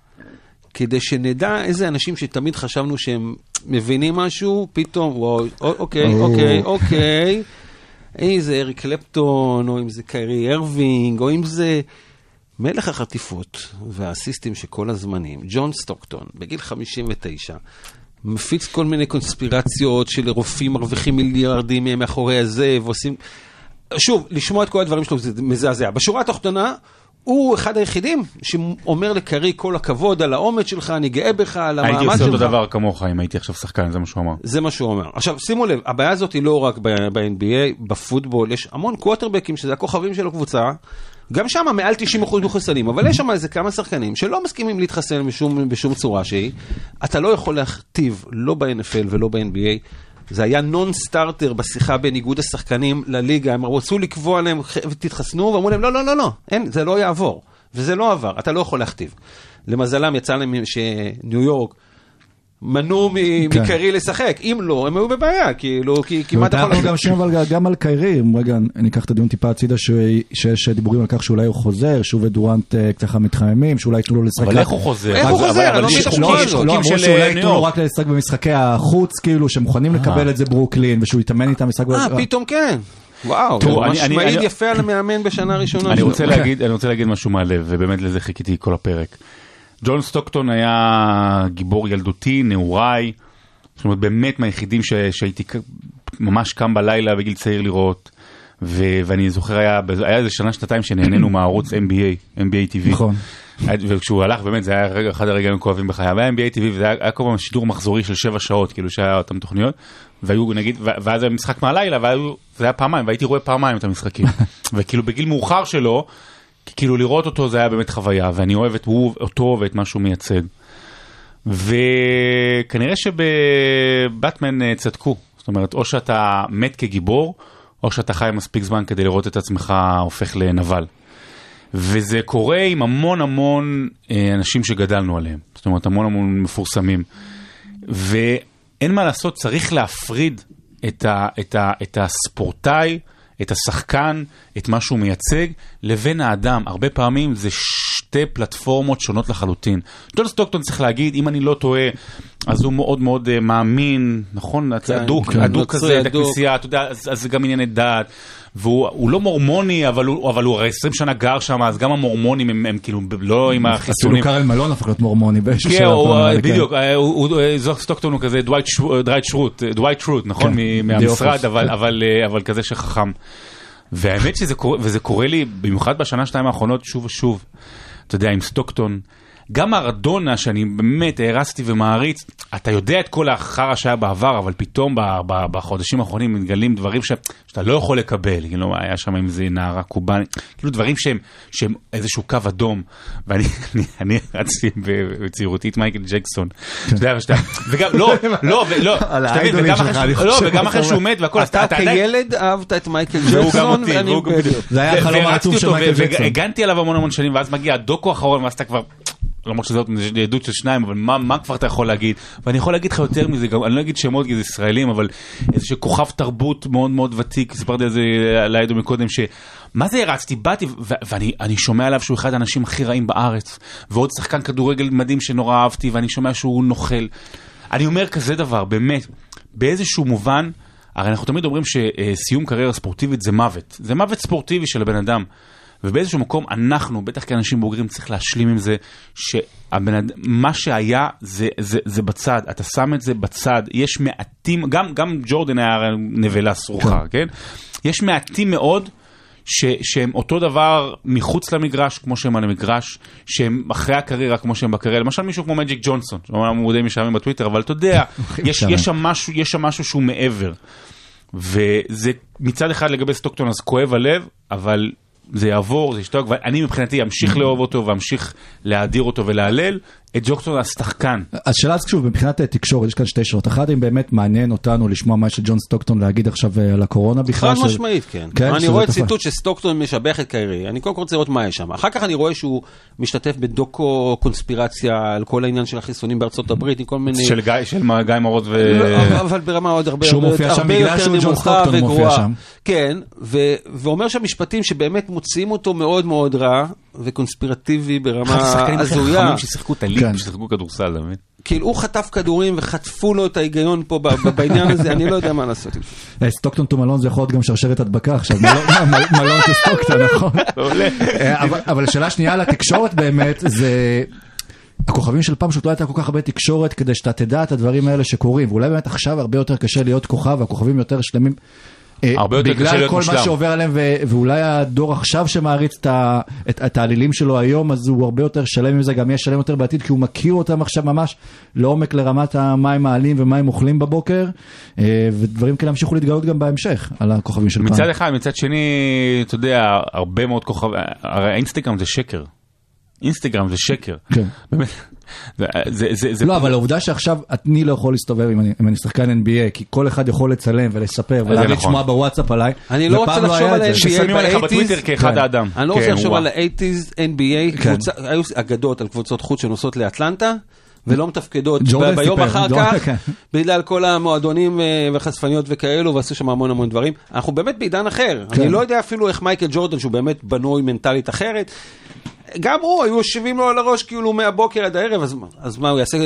כדי שנדע איזה אנשים שתמיד חשבנו שהם מבינים משהו, פתאום, וואו, אוקיי, אוקיי, אוקיי, איזה אריק קלפטון, או אם זה קיירי ארווינג, או אם זה מלך החטיפות והאסיסטים שכל הזמנים, ג'ון סטוקטון, בגיל חמישים ותשע, מפיץ כל מיני קונספירציות של רופאים מרוויחים מיליארדים מאחורי הזה, ועושים... שוב, לשמוע את כל הדברים שלו זה מזעזע. בשורה התחתונה, הוא אחד היחידים שאומר לקרי כל הכבוד על העומד שלך, אני גאה בך, על המעמד שלך. הייתי עושה אותו דבר כמוך אם הייתי עכשיו שחקן, זה מה שהוא אמר. זה מה שהוא אומר. עכשיו, שימו לב, הבעיה הזאת היא לא רק ב-אן בי איי, בפוטבול, יש המון קווטרבקים שזה הכוכבים של הקבוצה, גם שם מעל תשעים אחוז מחוסנים, אבל יש שם איזה כמה שחקנים שלא מסכימים להתחסן בשום, בשום צורה שהיא. אתה לא יכול להכתיב, לא ב-אן אף אל ולא ב-אן בי איי, זה היה נון סטארטר בשיחה בין איגוד השחקנים לליגה, הם רצו לקבוע להם ותתחסנו, ואמרו להם לא, לא, לא, לא, אין, זה לא יעבור, וזה לא עבר, אתה לא יכול להכתיב. למזלם יצא להם שניו יורק מנעו מקיירי לשחק, אם לא, הם היו בבעיה, כאילו, כי כמעט יכול... ואתה גם שם, אבל גם על קיירי, רגע, אני אקח את הדיון טיפה הצידה, שיש דיבורים על כך שאולי הוא חוזר, שהוא ודורנט ככה מתחממים, שאולי יתנו לו לשחק... אבל איך הוא חוזר? איך הוא חוזר? אבל יש חוקים של שאולי יתנו לו רק לשחק במשחקי החוץ, כאילו, שמוכנים לקבל את זה ברוקלין, ושהוא יתאמן איתם משחק... אה, פתאום כן. וואו, זה ממש מעיד יפה על המאמן בשנה הראשונה. אני רוצה להגיד משהו מהלב, ובאמת לזה חיכיתי כל הפרק. ג'ון סטוקטון היה גיבור ילדותי, נעוריי, זאת אומרת, באמת מהיחידים ש, שהייתי ממש קם בלילה בגיל צעיר לראות, ו, ואני זוכר, היה, היה איזה שנה, שנתיים שנהנינו מהערוץ N B A, N B A T V. נכון. וכשהוא הלך, באמת, זה היה אחד הרגעים הכואבים בחיי. היה N B A T V, וזה היה, היה כל פעם שידור מחזורי של שבע שעות, כאילו שהיה אותם תוכניות, והיו, נגיד, ואז היה משחק מהלילה, וזה היה פעמיים, והייתי רואה פעמיים את המשחקים. וכאילו בגיל מאוחר שלו, כאילו לראות אותו זה היה באמת חוויה, ואני אוהב את הוא, אותו ואת מה שהוא מייצג. וכנראה שבבטמן צדקו. זאת אומרת, או שאתה מת כגיבור, או שאתה חי מספיק זמן כדי לראות את עצמך הופך לנבל. וזה קורה עם המון המון אנשים שגדלנו עליהם. זאת אומרת, המון המון מפורסמים. ואין מה לעשות, צריך להפריד את, ה, את, ה, את הספורטאי, את השחקן, את מה שהוא מייצג, לבין האדם. הרבה פעמים זה שתי פלטפורמות שונות לחלוטין. ג'ון סטוקטון צריך להגיד, אם אני לא טועה, אז הוא מאוד מאוד uh, מאמין, נכון? הדוק, כן, הדוק כזה, את הדוק. הכנסייה, אתה יודע, אז, אז זה גם ענייני דעת. והוא לא מורמוני, אבל הוא, אבל הוא הרי עשרים שנה גר שם, אז גם המורמונים הם, הם כאילו לא עם החיסונים. אפילו קרל מלון הפך להיות מורמוני באיזשהו כן, שלב. הוא, בדיוק, זוך סטוקטון הוא כזה דווייט שרוט, דווייט שרוט, נכון? מהמשרד, אבל, אבל, אבל כזה שחכם. והאמת שזה קורה, וזה קורה לי, במיוחד בשנה שתיים האחרונות, שוב ושוב. אתה יודע, עם סטוקטון, גם מרדונה, שאני באמת הרסתי ומעריץ, אתה יודע את כל החרא שהיה בעבר, אבל פתאום בחודשים האחרונים מתגלים דברים ש, שאתה לא יכול לקבל. כאילו, היה שם עם זה נערה קובאנית, כאילו דברים שהם, שהם איזשהו קו אדום, ואני אני, אני רצתי בצעירותי את מייקל ג'קסון. אתה יודע, שאתה, וגם, לא, לא, לא, לא, וגם אחרי שהוא מת והכל, אתה כילד אהבת את מייקל ג'קסון, זה היה החלום העצוב של מייקל ג'קסון. והגנתי עליו המון המון שנים, ואז מגיע הדוקו האחרון, ואז אתה כבר למרות שזאת עדות של שניים, אבל מה, מה כבר אתה יכול להגיד? ואני יכול להגיד לך יותר מזה, גם, אני לא אגיד שמות גז ישראלים, אבל איזשהו כוכב תרבות מאוד מאוד ותיק, סיפרתי על זה לעדו מקודם, שמה זה הרצתי? באתי, ו- ואני אני שומע עליו שהוא אחד האנשים הכי רעים בארץ, ועוד שחקן כדורגל מדהים שנורא אהבתי, ואני שומע שהוא נוכל. אני אומר כזה דבר, באמת, באיזשהו מובן, הרי אנחנו תמיד אומרים שסיום קריירה ספורטיבית זה מוות. זה מוות ספורטיבי של הבן אדם. ובאיזשהו מקום אנחנו, בטח כאנשים בוגרים, צריך להשלים עם זה, שמה שהיה זה, זה, זה בצד, אתה שם את זה בצד, יש מעטים, גם, גם ג'ורדן היה נבלה סרוחה, כן? יש מעטים מאוד, ש, שהם אותו דבר מחוץ למגרש, כמו שהם על המגרש, שהם אחרי הקריירה, כמו שהם בקריירה, למשל מישהו כמו מג'יק ג'ונסון, שאומנם הוא די משעמם בטוויטר, אבל אתה יודע, יש, יש שם משהו, יש שם משהו שהוא מעבר. וזה מצד אחד לגבי סטוקטון, אז כואב הלב, אבל זה יעבור, זה ישתוק, ואני מבחינתי אמשיך לאהוב אותו, ואמשיך להאדיר אותו ולהלל את ג'וקסון השחקן. אז שאלה אז שוב, מבחינת תקשורת, יש כאן שתי שאלות. אחת, אם באמת מעניין אותנו לשמוע מה שג'ון סטוקטון להגיד עכשיו על הקורונה בכלל. חד משמעית, כן. אני רואה ציטוט שסטוקטון משבח את קיירי. אני קודם כל רוצה לראות מה יש שם. אחר כך אני רואה שהוא משתתף בדוקו קונספירציה על כל העניין של החיסונים בארצות הברית, עם כל מיני... של גיא מורות ו... אבל ברמה עוד הרבה יותר נמוכה וגרועה. כן, ואומר שהמשפטים שבאמת מוציאים אותו מאוד מאוד רע וקונספירטיבי ברמה הזויה. ששיחקו את הליג, ששיחקו כדורסל, באמת. כאילו הוא חטף כדורים וחטפו לו את ההיגיון פה בעניין הזה, אני לא יודע מה לעשות עם זה. סטוקטון טו מלון זה יכול להיות גם שרשרת הדבקה עכשיו, מלון טו סטוקטון, נכון? אבל השאלה השנייה על התקשורת באמת, זה... הכוכבים של פעם פשוט לא הייתה כל כך הרבה תקשורת כדי שאתה תדע את הדברים האלה שקורים, ואולי באמת עכשיו הרבה יותר קשה להיות כוכב, והכוכבים יותר שלמים. בגלל כל מה שעובר עליהם, ואולי הדור עכשיו שמעריץ את העלילים שלו היום, אז הוא הרבה יותר שלם עם זה, גם יהיה שלם יותר בעתיד, כי הוא מכיר אותם עכשיו ממש לעומק לרמת מה הם מעלים ומה הם אוכלים בבוקר, ודברים כאלה המשיכו להתגלות גם בהמשך על הכוכבים של פעם. מצד אחד, מצד שני, אתה יודע, הרבה מאוד כוכב, הרי האינסטגרם זה שקר. אינסטגרם זה שקר. כן. באמת. זה, זה, זה לא, אבל העובדה שעכשיו אני לא יכול להסתובב אם אני, אם אני שחקן אן בי איי, כי כל אחד יכול לצלם ולספר ולהביא שמוע בוואטסאפ עליי. אני לא רוצה לחשוב על ה-אן בי איי ששמים עליך בטוויטר כאחד האדם. אני לא רוצה לחשוב על ה-אייטיז אן בי איי, היו אגדות על קבוצות חוץ שנוסעות לאטלנטה, ולא מתפקדות ביום אחר כך, בגלל כל המועדונים וחשפניות וכאלו, ועשו שם המון המון דברים. אנחנו באמת בעידן אחר. אני לא יודע אפילו איך מייקל ג'ורדן, שהוא באמת בנוי מנטלית אחרת, גם הוא, היו יושבים לו על הראש כאילו מהבוקר עד הערב, אז מה, הוא יעשה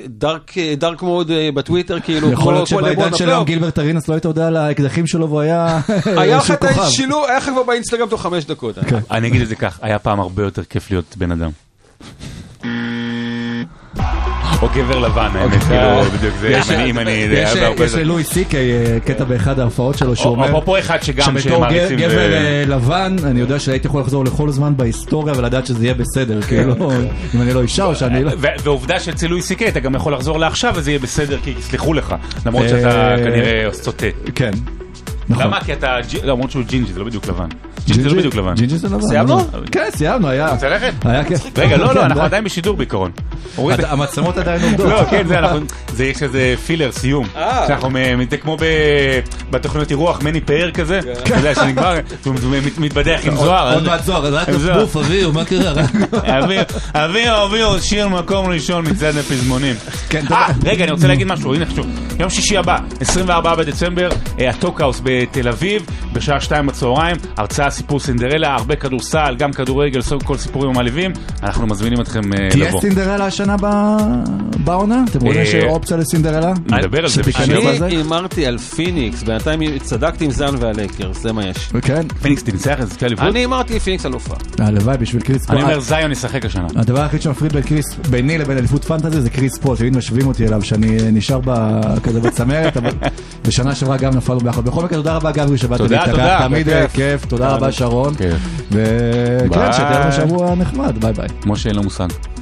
דארק מוד בטוויטר, כאילו... יכול להיות שבעידן שלום גילברט ארינס לא היית יודע על האקדחים שלו, והוא היה איזשהו כוכב. היה לך כבר באינסטגרם תוך חמש דקות. אני אגיד את זה כך, היה פעם הרבה יותר כיף להיות בן אדם. או גבר לבן, האמת, כאילו, בדיוק זה, אם אני... יש ללואי סי קיי קטע באחד ההופעות שלו, שהוא אומר... או פה אחד שגם שבתור שמעריצים... גבר לבן, אני יודע שהייתי יכול לחזור לכל זמן בהיסטוריה ולדעת שזה יהיה בסדר, כאילו, אם אני לא אישה או שאני לא... ועובדה שאצל לואי סי קיי אתה גם יכול לחזור לעכשיו וזה יהיה בסדר, כי יסלחו לך, למרות שאתה כנראה סוטה. כן. למה? כי אתה, למרות שהוא ג'ינג'י, זה לא בדיוק לבן. ג'ינג'י זה לא בדיוק לבן. ג'ינג'י זה לבן. סיימנו? כן, סיימנו, היה. רוצה ללכת? היה כיף. רגע, לא, לא, אנחנו עדיין בשידור בעיקרון. המצלמות עדיין עומדות. לא, כן, זה יש איזה פילר, סיום. שאנחנו כמו בתוכניות אירוח, מני פאר כזה. אתה יודע, שנגמר, הוא מתבדח עם זוהר. עוד מעט זוהר, רק תפוף, אביר, מה קרה? אביר, אביר, אביר, שיר מקום ראשון מצד הפזמונים. רגע, אני רוצה להגיד משהו, הנה חשוב. יום שישי הבא, עשרים וארבעה בדצמבר, הטוקהאוס בתל אביב, בשעה שתיים בצהריים, הרצאה סיפור סינדרלה, הרבה כדורסל, גם כדורגל, כל סיפורים המעליבים, אנחנו מזמינים אתכם לבוא. תהיה סינדרלה השנה בעונה? אתם רואים שאופציה לסינדרלה? נדבר על זה. אני אמרתי על פיניקס, בינתיים צדקתי עם זן והלייקרס, זה מה יש. כן. פיניקס תנצח, זה תהיה לבוא? אני אמרתי פיניקס אלופה. הלוואי בשביל קריס פול. אני אומר זיון ישחק השנה. הדבר היחיד שמפריד ביני לבין אליפות פנטזי זה קריס פול, תמיד משווים אותי אליו שאני נשאר כזה בצמרת, אבל בשנה שעברה גם נפלנו ביחד. בכל מקרה, תודה רבה גברי שבאת להתארח, תמיד כיף, תודה רבה שרון, וכן, שתהיה לנו שבוע נחמד, ביי ביי. כמו שאין לו מושג.